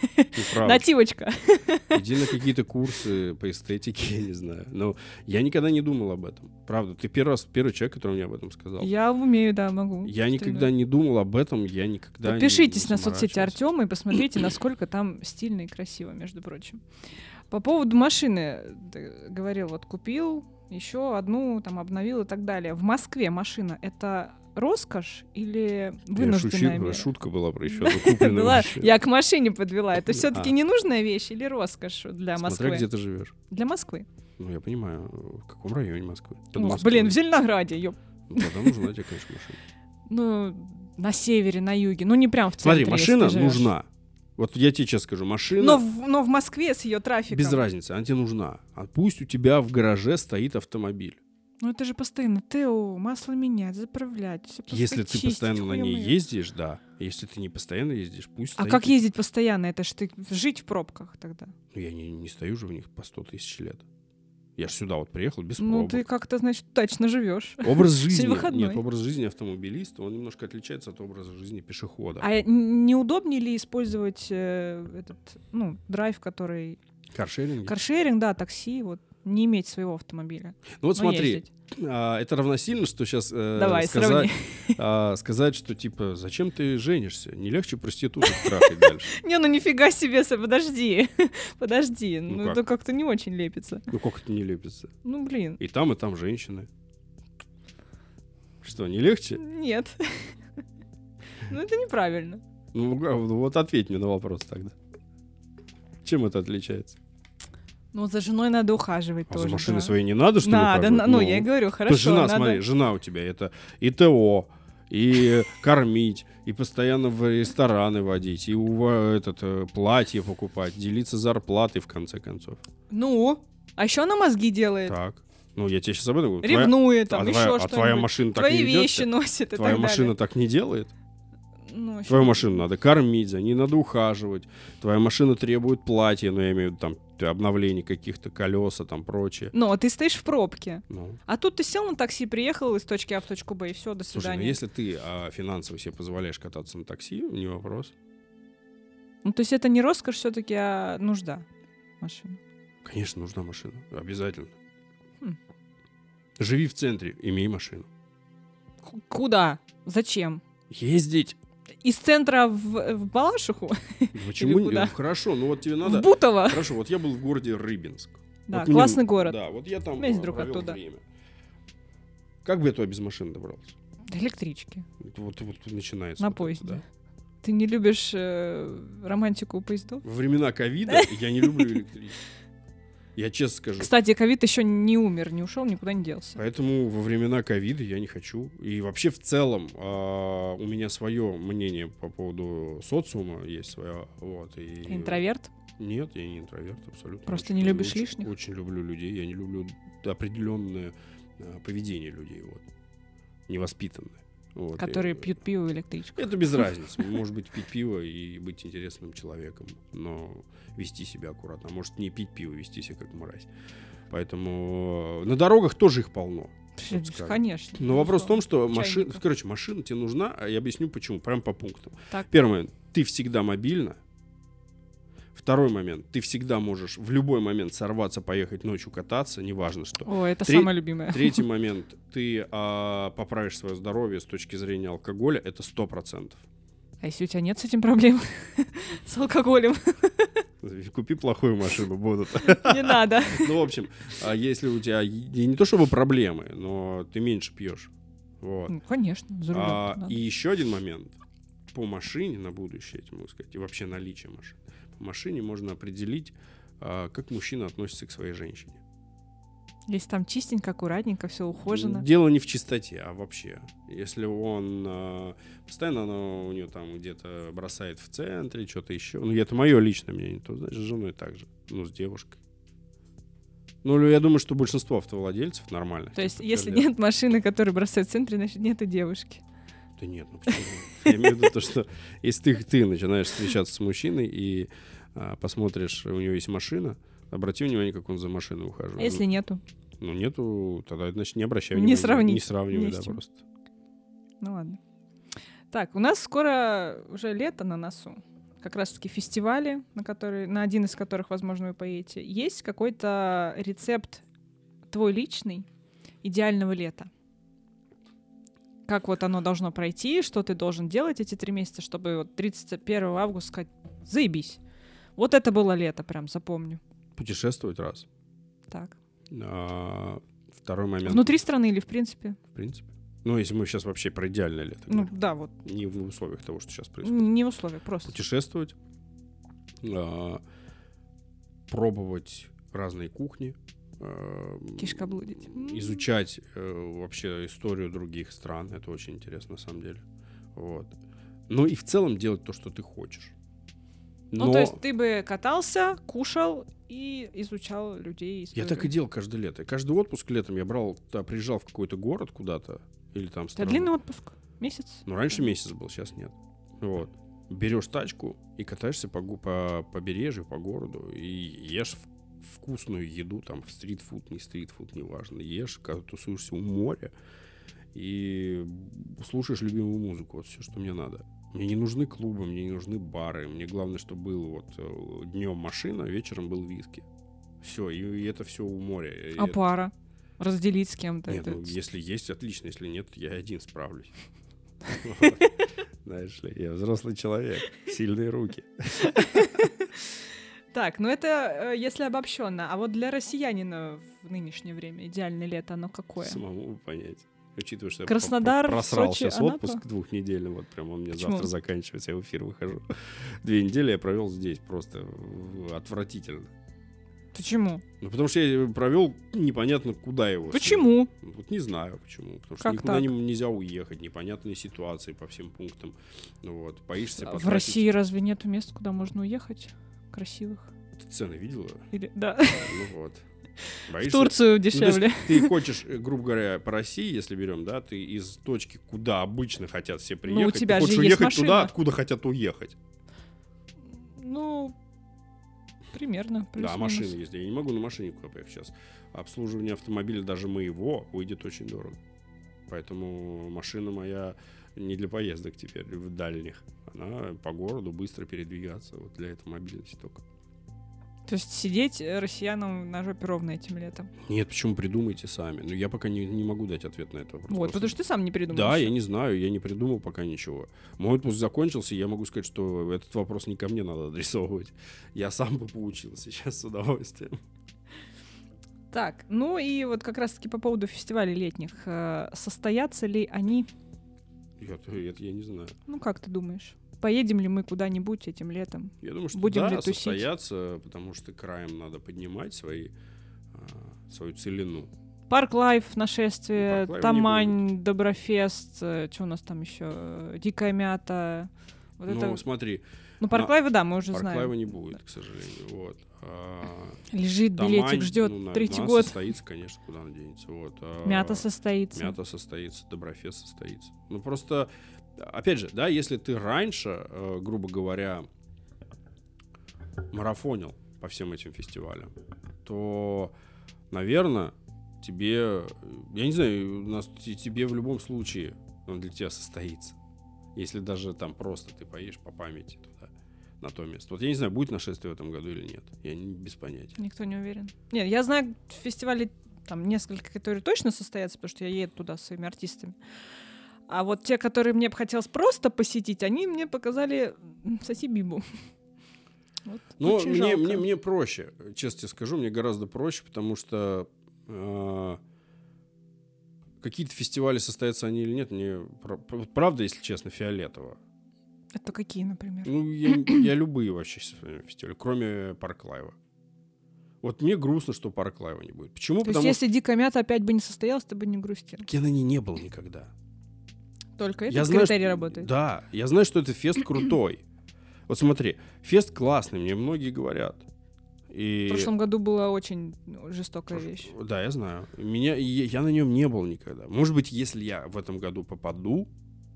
правда. Нативочка. Иди на какие-то курсы по эстетике, я не знаю. Но я никогда не думал об этом. Правда, ты первый человек, который мне об этом сказал. Я умею, да, могу. Я никогда не думал об этом, я никогда Подпишитесь не на соцсети заморачивался. Артема и посмотрите, насколько там стильно и красиво, между прочим. По поводу машины, ты говорил, вот купил, еще одну там обновил и так далее. В Москве машина — это роскошь или вынужденная мера? Шутка была про еще одну купленную Была, машину. я к машине подвела. Это все-таки А. ненужная вещь или роскошь для Смотря Москвы? где ты живешь. Для Москвы. Ну, я понимаю, в каком районе Москвы. Под Ох, Москвой. блин, в Зеленограде, ёп. Ну, тогда нужна тебе, конечно, машина. Ну, на севере, на юге. Ну, не прям в центре. Смотри, если машина ты живешь. нужна. Вот я тебе сейчас скажу, машина Но в Москве с ее трафиком. без разницы, она тебе нужна. А пусть у тебя в гараже стоит автомобиль. Ну, это же постоянно ТО, масло менять, заправлять. Всё Если ты чистить, постоянно на ней хуй-мыть. ездишь, да. Если ты не постоянно ездишь, пусть А стоит. как ездить постоянно? Это ж ты жить в пробках тогда. Ну, я не стою же в них по 100 тысяч лет. Я же сюда вот приехал без Ну, пробок. ты как-то, значит, удачно живешь. Образ жизни. выходной. Нет, образ жизни автомобилиста, он немножко отличается от образа жизни пешехода. А неудобнее ли использовать этот, драйв, который... Каршеринг. Каршеринг, да, такси, вот, не иметь своего автомобиля. Ну вот но смотри, ездить. это равносильно, что сейчас Давай, сравни. сказать, что типа, зачем ты женишься? Не легче проституток трахать дальше. Не, ну нифига себе, подожди. Подожди, Ну ну как? это как-то не очень лепится. Ну как это не лепится? Ну, блин, И там женщины. Что, не легче? нет. Ну, это неправильно. Ну вот ответь мне на вопрос тогда. Чем это отличается? Ну, за женой надо ухаживать А тоже. за машиной да. своей не надо, что ли, Надо, ухаживать? ну, я и говорю, То хорошо, есть жена, надо... смотри, жена у тебя это и ТО, и кормить, и постоянно в рестораны водить, и платье покупать, делиться зарплатой в конце концов. Ну, а еще она мозги делает. Так. Ну, я тебе сейчас об этом говорю. Ревнует, там, а еще твоя, что-нибудь. а твоя машина так Твои не ведет вещи себя? носит и Твоя так машина далее. так не делает? Ну, вообще, Твою машину надо кормить, за ней надо ухаживать. Твоя машина требует платья, ну, я имею в виду там обновлений каких-то, колеса, там, прочее. Ну, а ты стоишь в пробке. Ну. А тут ты сел на такси, приехал из точки А в точку Б, и все, до Слушай, ну свидания. если ты финансово себе позволяешь кататься на такси, не вопрос. Ну, то есть это не роскошь все-таки, а нужда машины. Конечно, нужна машина. Обязательно. Хм. Живи в центре, имей машину. Куда? Зачем? Ездить. Из центра в Балашиху? Почему Или куда? не? Хорошо, ну вот тебе надо... В Бутово? Хорошо, вот я был в городе Рыбинск. Да, Вот мне- классный город. Да, вот я там Есть друг провел оттуда. время. Как бы я туда без машины добрался? До электрички. Вот начинается. На вот это, поезде. да. Ты не любишь романтику поездов? Во времена ковида я не люблю электричество. Я честно скажу. Кстати, ковид еще не умер, не ушел, никуда не делся. Поэтому во времена ковида я не хочу. И вообще в целом у меня свое мнение по поводу социума есть свое. Вот, и... Ты интроверт? Нет, я не интроверт, абсолютно. Просто Очень не люблю- любишь очень- лишних? Очень люблю людей. Я не люблю определенное поведение людей. Вот. Невоспитанное. Вот, Которые и- пьют пиво в электричках. Это без разницы. Может быть, пить пиво и быть интересным человеком, но вести себя аккуратно. А может, не пить пиво, вести себя как мразь. Поэтому на дорогах тоже их полно. вот скажем. Конечно. Но вопрос в том, что Чайников. машина тебе нужна, а я объясню почему, прям по пунктам. Так. Первый момент, ты всегда мобильна. Второй момент, ты всегда можешь в любой момент сорваться, поехать ночью кататься, неважно что. О, это Тре- самое любимое. Третий момент, ты поправишь свое здоровье с точки зрения алкоголя, это 100%. А если у тебя нет с этим проблем? С алкоголем? Купи плохую машину, будут. Не надо. Ну, в общем, если у тебя и не то чтобы проблемы, но ты меньше пьешь. Вот. Ну, конечно, за рулем. И еще один момент. По машине на будущее, я тебе могу сказать, и вообще наличие машин. По машине можно определить, как мужчина относится к своей женщине. Если там чистенько, аккуратненько, все ухожено. Дело не в чистоте, а вообще. Если он постоянно у нее там где-то бросает в центре, что-то еще. Ну, это мое личное мнение, то значит, с женой так же. Ну, с девушкой. Ну, я думаю, что большинство автовладельцев нормальных. То есть, типа, если подтвердят. нет машины, которая бросает в центре, значит, нет и девушки. Да нет, ну почему? Я имею в виду то, что если ты начинаешь встречаться с мужчиной и посмотришь, у него есть машина, обрати внимание, как он за машиной А ухаживает. если нету? Ну, нету, тогда, значит, не обращай Не внимания. сравнить. Не сравнивай, Не да, с чем. просто. Ну ладно. Так, у нас скоро уже лето на носу. как раз-таки фестивали, на один из которых, возможно, вы поедете. Есть какой-то рецепт твой личный идеального лета? Как вот оно должно пройти, что ты должен делать эти 3 месяца, чтобы вот 31 августа сказать: заебись. Вот это было лето, прям запомню. Путешествовать раз. Так. Второй момент. Внутри страны или в принципе? В принципе. Ну, если мы сейчас вообще про идеальное лето Ну, говорим. да, вот. Не в условиях того, что сейчас происходит. Не в условиях, просто. Путешествовать, пробовать разные кухни, Кишка блудить. изучать вообще историю других стран. Это очень интересно, на самом деле. Вот. Ну и в целом делать то, что ты хочешь. Ну, то есть ты бы катался, кушал и изучал людей. Я так и делал каждое лето. Каждый отпуск летом я приезжал в какой-то город куда-то. Или там Это длинный отпуск? Месяц? Ну, раньше месяц был, сейчас нет. Вот. Берешь тачку и катаешься по побережью, по городу, и ешь вкусную еду, там, стритфуд, не стритфуд, неважно. Ешь, когда тусуешься у моря, и слушаешь любимую музыку. Вот все, что мне надо. Мне не нужны клубы, мне не нужны бары. Мне главное, чтобы было вот днем машина, вечером был виски. Все, и это все у моря. А пара? Разделить с кем-то? Нет, ну, если есть, отлично. Если нет, я один справлюсь. Знаешь ли, я взрослый человек, сильные руки. Так, ну это если обобщенно. А вот для россиянина в нынешнее время идеальное лето, оно какое? Самому понять. Учитывая, что Краснодар, я просрал Сочи, сейчас Анапа? отпуск 2-недельный, вот прям он мне Почему? завтра заканчивается, я в эфир выхожу. 2 недели я провел здесь, просто отвратительно. Почему? Ну, потому что я провел непонятно куда его. Почему? Вот не знаю почему. Потому что Как никуда так? нельзя уехать, непонятные ситуации по всем пунктам. Ну, вот, боишься В потратить. России разве нету мест, куда можно уехать? Красивых? Ты цены видела? Или... Да. Ну вот. В Боишься? Турцию Ну, то есть дешевле. ты хочешь, грубо говоря, по России, если берем, да, ты из точки, куда обычно хотят все приехать, Ну, у тебя ты хочешь же есть уехать туда, машина. откуда хотят уехать. Ну, примерно. Да, плюс-минус. машина есть. Я не могу на машине куда поехать сейчас. Обслуживание автомобиля, даже моего, выйдет очень дорого. Поэтому машина моя не для поездок теперь в дальних. Она по городу быстро передвигаться. Вот для этого мобильности только. То есть сидеть россиянам на жопе ровно этим летом. Нет, почему придумайте сами? Ну, я пока не могу дать ответ на это вопрос. Вот, потому что ты сам не придумал. Да, ещё. я не знаю, я не придумал пока ничего. Мой отпуск закончился, и я могу сказать, что этот вопрос не ко мне надо адресовывать. Я сам бы поучился сейчас с удовольствием. Так, ну и вот как раз-таки по поводу фестивалей летних. Состоятся ли они? Это я не знаю. Ну, как ты думаешь? Поедем ли мы куда-нибудь этим летом? Я думаю, что Будем да, ли тусить? состоятся, потому что краем надо поднимать свою целину. Парк Лайф, нашествие, Парк Лайфа не Тамань, Доброфест, что у нас там еще? Дикая мята. Вот Ну, это... смотри, Ну, Парк Лайфа, да, мы уже Парк знаем. Лайва не будет, к сожалению. Вот. Лежит, Тамань, билетик ждет, ну, третий она год. состоится, конечно, куда она денется. Вот. Мята состоится. Мята состоится, Доброфест состоится. Ну, просто, опять же, да, если ты раньше, грубо говоря, марафонил по всем этим фестивалям, то, наверное, тебе, я не знаю, тебе в любом случае он для тебя состоится. Если даже там просто ты поедешь по памяти туда, на то место. Вот я не знаю, будет нашествие в этом году или нет. Я без понятия. Никто не уверен. Нет, я знаю фестивали там несколько, которые точно состоятся, потому что я еду туда со своими артистами. А вот те, которые мне бы хотелось просто посетить, они мне показали соси бибу. Вот, Ну, очень жалко. мне проще, честно тебе скажу, мне гораздо проще, потому что какие-то фестивали состоятся они или нет, мне правда, если честно, фиолетово. Это какие, например? Ну, я любые вообще фестивали, кроме Парк Лайва. Вот мне грустно, что Парк Лайва не будет. Почему? То Потому есть, если Дикая мята опять бы не состоялась, ты бы не грустил. что я на ней не был никогда. Только Я этот знаю, критерий что- работает. Да, я знаю, что это фест крутой. Вот смотри, фест классный, мне многие говорят. И... В прошлом году была очень жестокая вещь. Да, я знаю. Я на нем не был никогда. Может быть, если я в этом году попаду,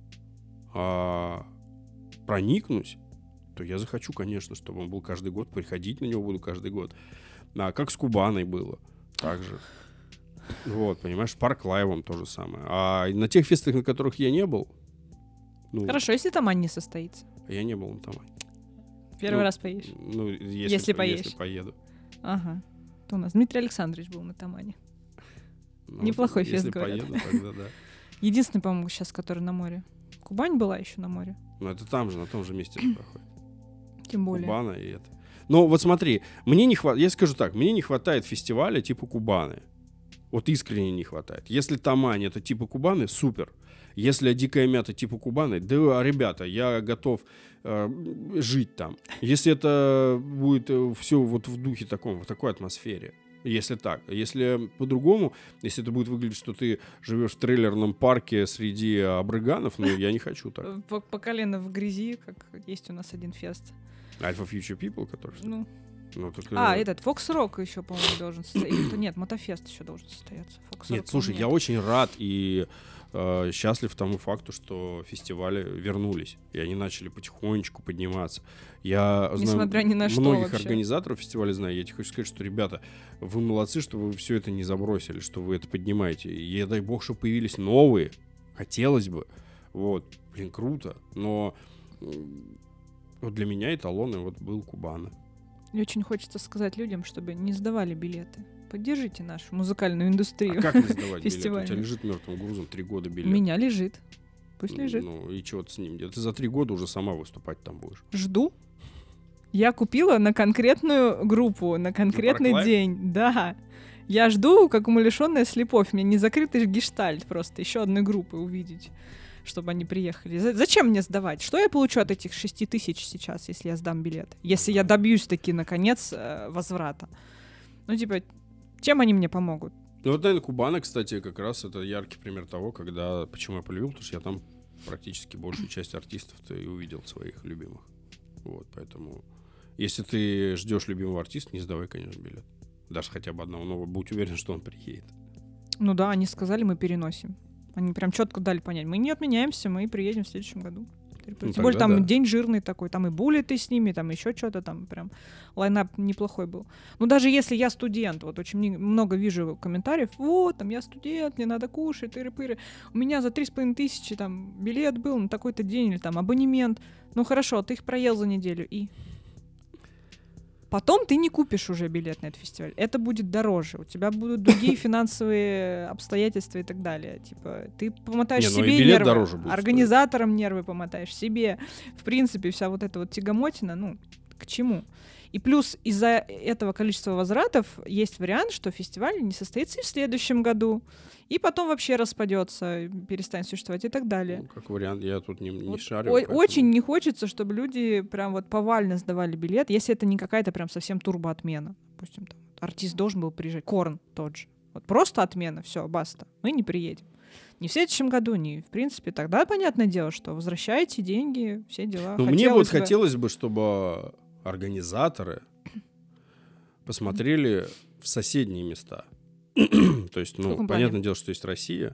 проникнусь, то я захочу, конечно, чтобы он был каждый год, приходить на него буду каждый год. Как с Кубаной было. Так же. Вот, понимаешь, Парк Лайвом то же самое. А на тех фестах, на которых я не был, ну, Хорошо, если Тамань не состоится. я не был на Тамане. Первый раз поедешь? Ну, Если поедешь. Если поеду. Ага. То у нас Дмитрий Александрович был на Тамане. Ну, Неплохой фест, если говорят. поеду, тогда да. Единственный, по-моему, сейчас, который на море. Кубань была еще на море. Ну, это там же, на том же месте же проходит. Тем более. Кубана и это. Но вот смотри, мне не хватает, я скажу так, мне не хватает фестиваля типа Кубаны. Вот искренне не хватает. Если Тамань это типа Кубаны, супер. Если Дикая Мята типа Кубаны, да, ребята, я готов жить там. Если это будет все вот в духе таком, в такой атмосфере. Если так. Если по-другому, если это будет выглядеть, что ты живешь в трейлерном парке среди абрыганов, ну, я не хочу так. По колено в грязи, как есть у нас один фест. Alpha Future People, который... Ну. Так, этот Fox Rock еще, по-моему, должен состояться. Нет, Мотофест еще должен состояться. Fox Нет, Rock, слушай, нет. я очень рад и счастлив тому факту, что фестивали вернулись, и они начали потихонечку подниматься. Я Несмотря знаю ни на что многих вообще. организаторов фестиваля, знаю, я тебе хочу сказать, что, ребята, вы молодцы, что вы все это не забросили, что вы это поднимаете. И дай бог, что появились новые, хотелось бы. Вот, блин, круто. Но вот для меня эталоном вот был Кубана. И очень хочется сказать людям, чтобы не сдавали билеты. Поддержите нашу музыкальную индустрию. А как не сдавать билет? У фестивальную. тебя лежит мертвым грузом 3 года У билет. меня лежит. Пусть лежит. Ну и чего ты с ним делаешь? Ты за 3 года уже сама выступать там будешь. Жду. Я купила на конкретную группу, на конкретный Park Life? день. Да. Я жду, как умалишенная слеповь. Мне не закрытый гештальт просто еще одной группы увидеть, чтобы они приехали. Зачем мне сдавать? Что я получу от этих 6 тысяч сейчас, если я сдам билет? Если я добьюсь таки, наконец, возврата. Ну, типа, чем они мне помогут? Ну вот, наверное, Кубана, кстати, как раз это яркий пример того, почему я полюбил, потому что я там практически большую часть артистов-то и увидел своих любимых. Вот, поэтому, если ты ждешь любимого артиста, не сдавай, конечно, билет. Даже хотя бы одного, но будь уверен, что он приедет. Ну да, они сказали, мы переносим. Они прям четко дали понять, мы не отменяемся, мы приедем в следующем году. Тем более там день жирный такой, там и буллеты с ними, там еще что-то, там прям лайнап неплохой был. Ну даже если я студент, вот очень много вижу комментариев, вот, там я студент, мне надо кушать, тыры-пыры. У меня за 3500 там билет был на такой-то день, или там абонемент. Ну хорошо, ты их проел за неделю, и... Потом ты не купишь уже билет на этот фестиваль. Это будет дороже. У тебя будут другие финансовые обстоятельства и так далее. Типа, ты помотаешь себе нервы, дороже будет организаторам нервы помотаешь, себе. В принципе, вся вот эта вот тягомотина, ну, к чему? И плюс из-за этого количества возвратов есть вариант, что фестиваль не состоится и в следующем году. И потом вообще распадется, перестанет существовать и так далее. Ну, как вариант, я тут не Вот шарю. очень не хочется, чтобы люди прям вот повально сдавали билет, если это не какая-то прям совсем турбоотмена. Допустим, там артист должен был приезжать, Корн тот же. Вот просто отмена, все, баста, мы не приедем. Не в следующем году, не в принципе. Тогда понятное дело, что возвращайте деньги, все дела. Но мне вот хотелось бы, чтобы организаторы посмотрели в соседние места. То есть, ну, понятное дело, что есть Россия.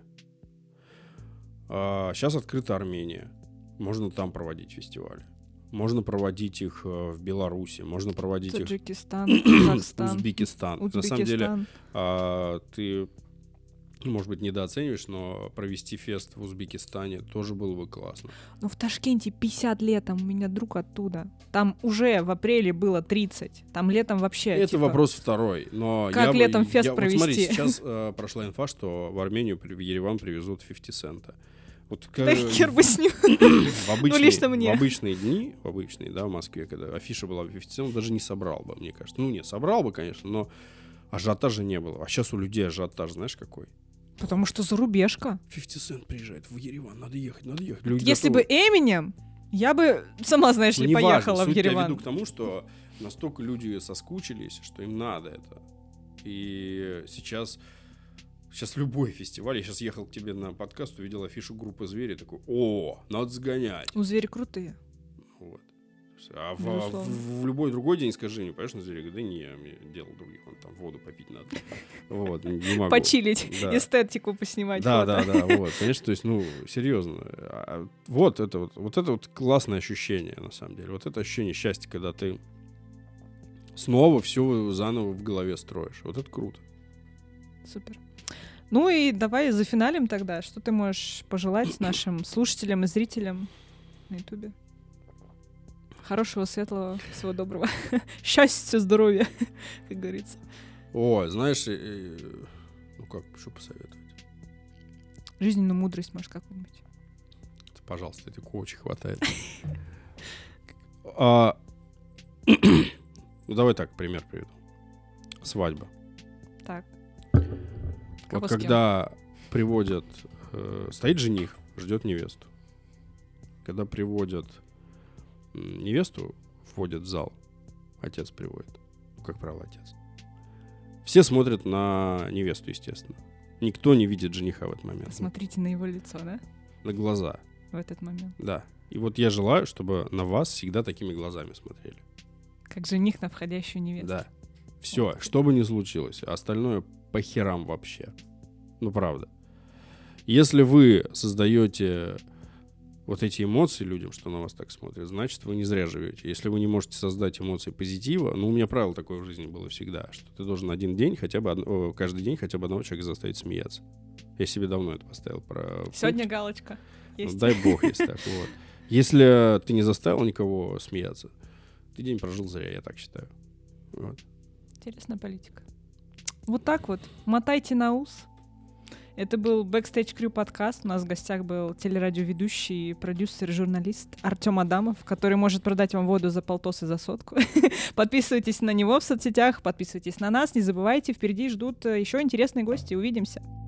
Сейчас открыта Армения. Можно там проводить фестивали. Можно проводить их в Беларуси. Можно проводить Таджикистан, Казахстан, Узбекистан. На самом деле, ты, может быть, недооцениваешь, но провести фест в Узбекистане тоже было бы классно. Ну, в Ташкенте 50 лет, там у меня друг оттуда. Там уже в апреле было 30. Там летом вообще... Это вопрос второй. Но как летом фест провести? Вот смотри, сейчас прошла инфа, что в Армению, в Ереван привезут 50 цента. Вот, да хер бы с ним. В обычные дни, в Москве, когда афиша была 50 центов, даже не собрал бы, мне кажется. Ну, нет, собрал бы, конечно, но ажиотажа не было. А сейчас у людей ажиотаж, знаешь, какой? Потому что зарубежка. 50 Cent приезжает в Ереван, надо ехать. Люди если готовы. Бы Эминем, я бы, сама знаешь ли, поехала в Ереван. Я веду к тому, что настолько люди соскучились, что им надо это. И сейчас любой фестиваль, я сейчас ехал к тебе на подкаст, увидел афишу группы «Звери», такой, надо сгонять. У «Звери» крутые. Вот. А в любой другой день скажи, не понимаешь, на «Звери», говорю, да не, я делал других, вон там воду попить надо. Вот, не могу. Почилить, да. Эстетику поснимать. Да, вот, конечно, то есть, ну, серьезно. Вот это классное ощущение, на самом деле. Вот это ощущение счастья, когда ты снова все заново в голове строишь. Вот это круто. Супер. Ну и давай зафиналим тогда. Что ты можешь пожелать нашим слушателям и зрителям на Ютубе? Хорошего, светлого, всего доброго. Счастья, здоровья, как говорится. О, знаешь, ну как, что посоветовать? Жизненную мудрость, может, какую-нибудь. Пожалуйста, этой коучи хватает. Ну, давай так, пример приведу. Свадьба. Так. Вот когда приводят... стоит жених, ждет невесту. Когда приводят невесту, вводят в зал, отец приводит. Ну, как правило, отец. Все смотрят на невесту, естественно. Никто не видит жениха в этот момент. Посмотрите на его лицо, да? На глаза. В этот момент. Да. И вот я желаю, чтобы на вас всегда такими глазами смотрели. Как жених на входящую невесту. Да. Все, что бы ни случилось, а остальное по херам вообще. Ну, правда. Если вы создаете вот эти эмоции людям, что на вас так смотрят, значит, вы не зря живете. Если вы не можете создать эмоции позитива, ну, у меня правило такое в жизни было всегда, что ты должен один день, каждый день хотя бы одного человека заставить смеяться. Я себе давно это поставил. Сегодня галочка. Есть. Ну, дай бог, есть так. Вот. Если ты не заставил никого смеяться, ты день прожил зря, я так считаю. Вот. Интересная политика. Вот так вот. Мотайте на ус. Это был Backstage Crew подкаст. У нас в гостях был телерадиоведущий, продюсер, журналист Артём Адамов, который может продать вам воду за полтос и за сотку. Подписывайтесь на него в соцсетях, подписывайтесь на нас. Не забывайте, впереди ждут еще интересные гости. Увидимся.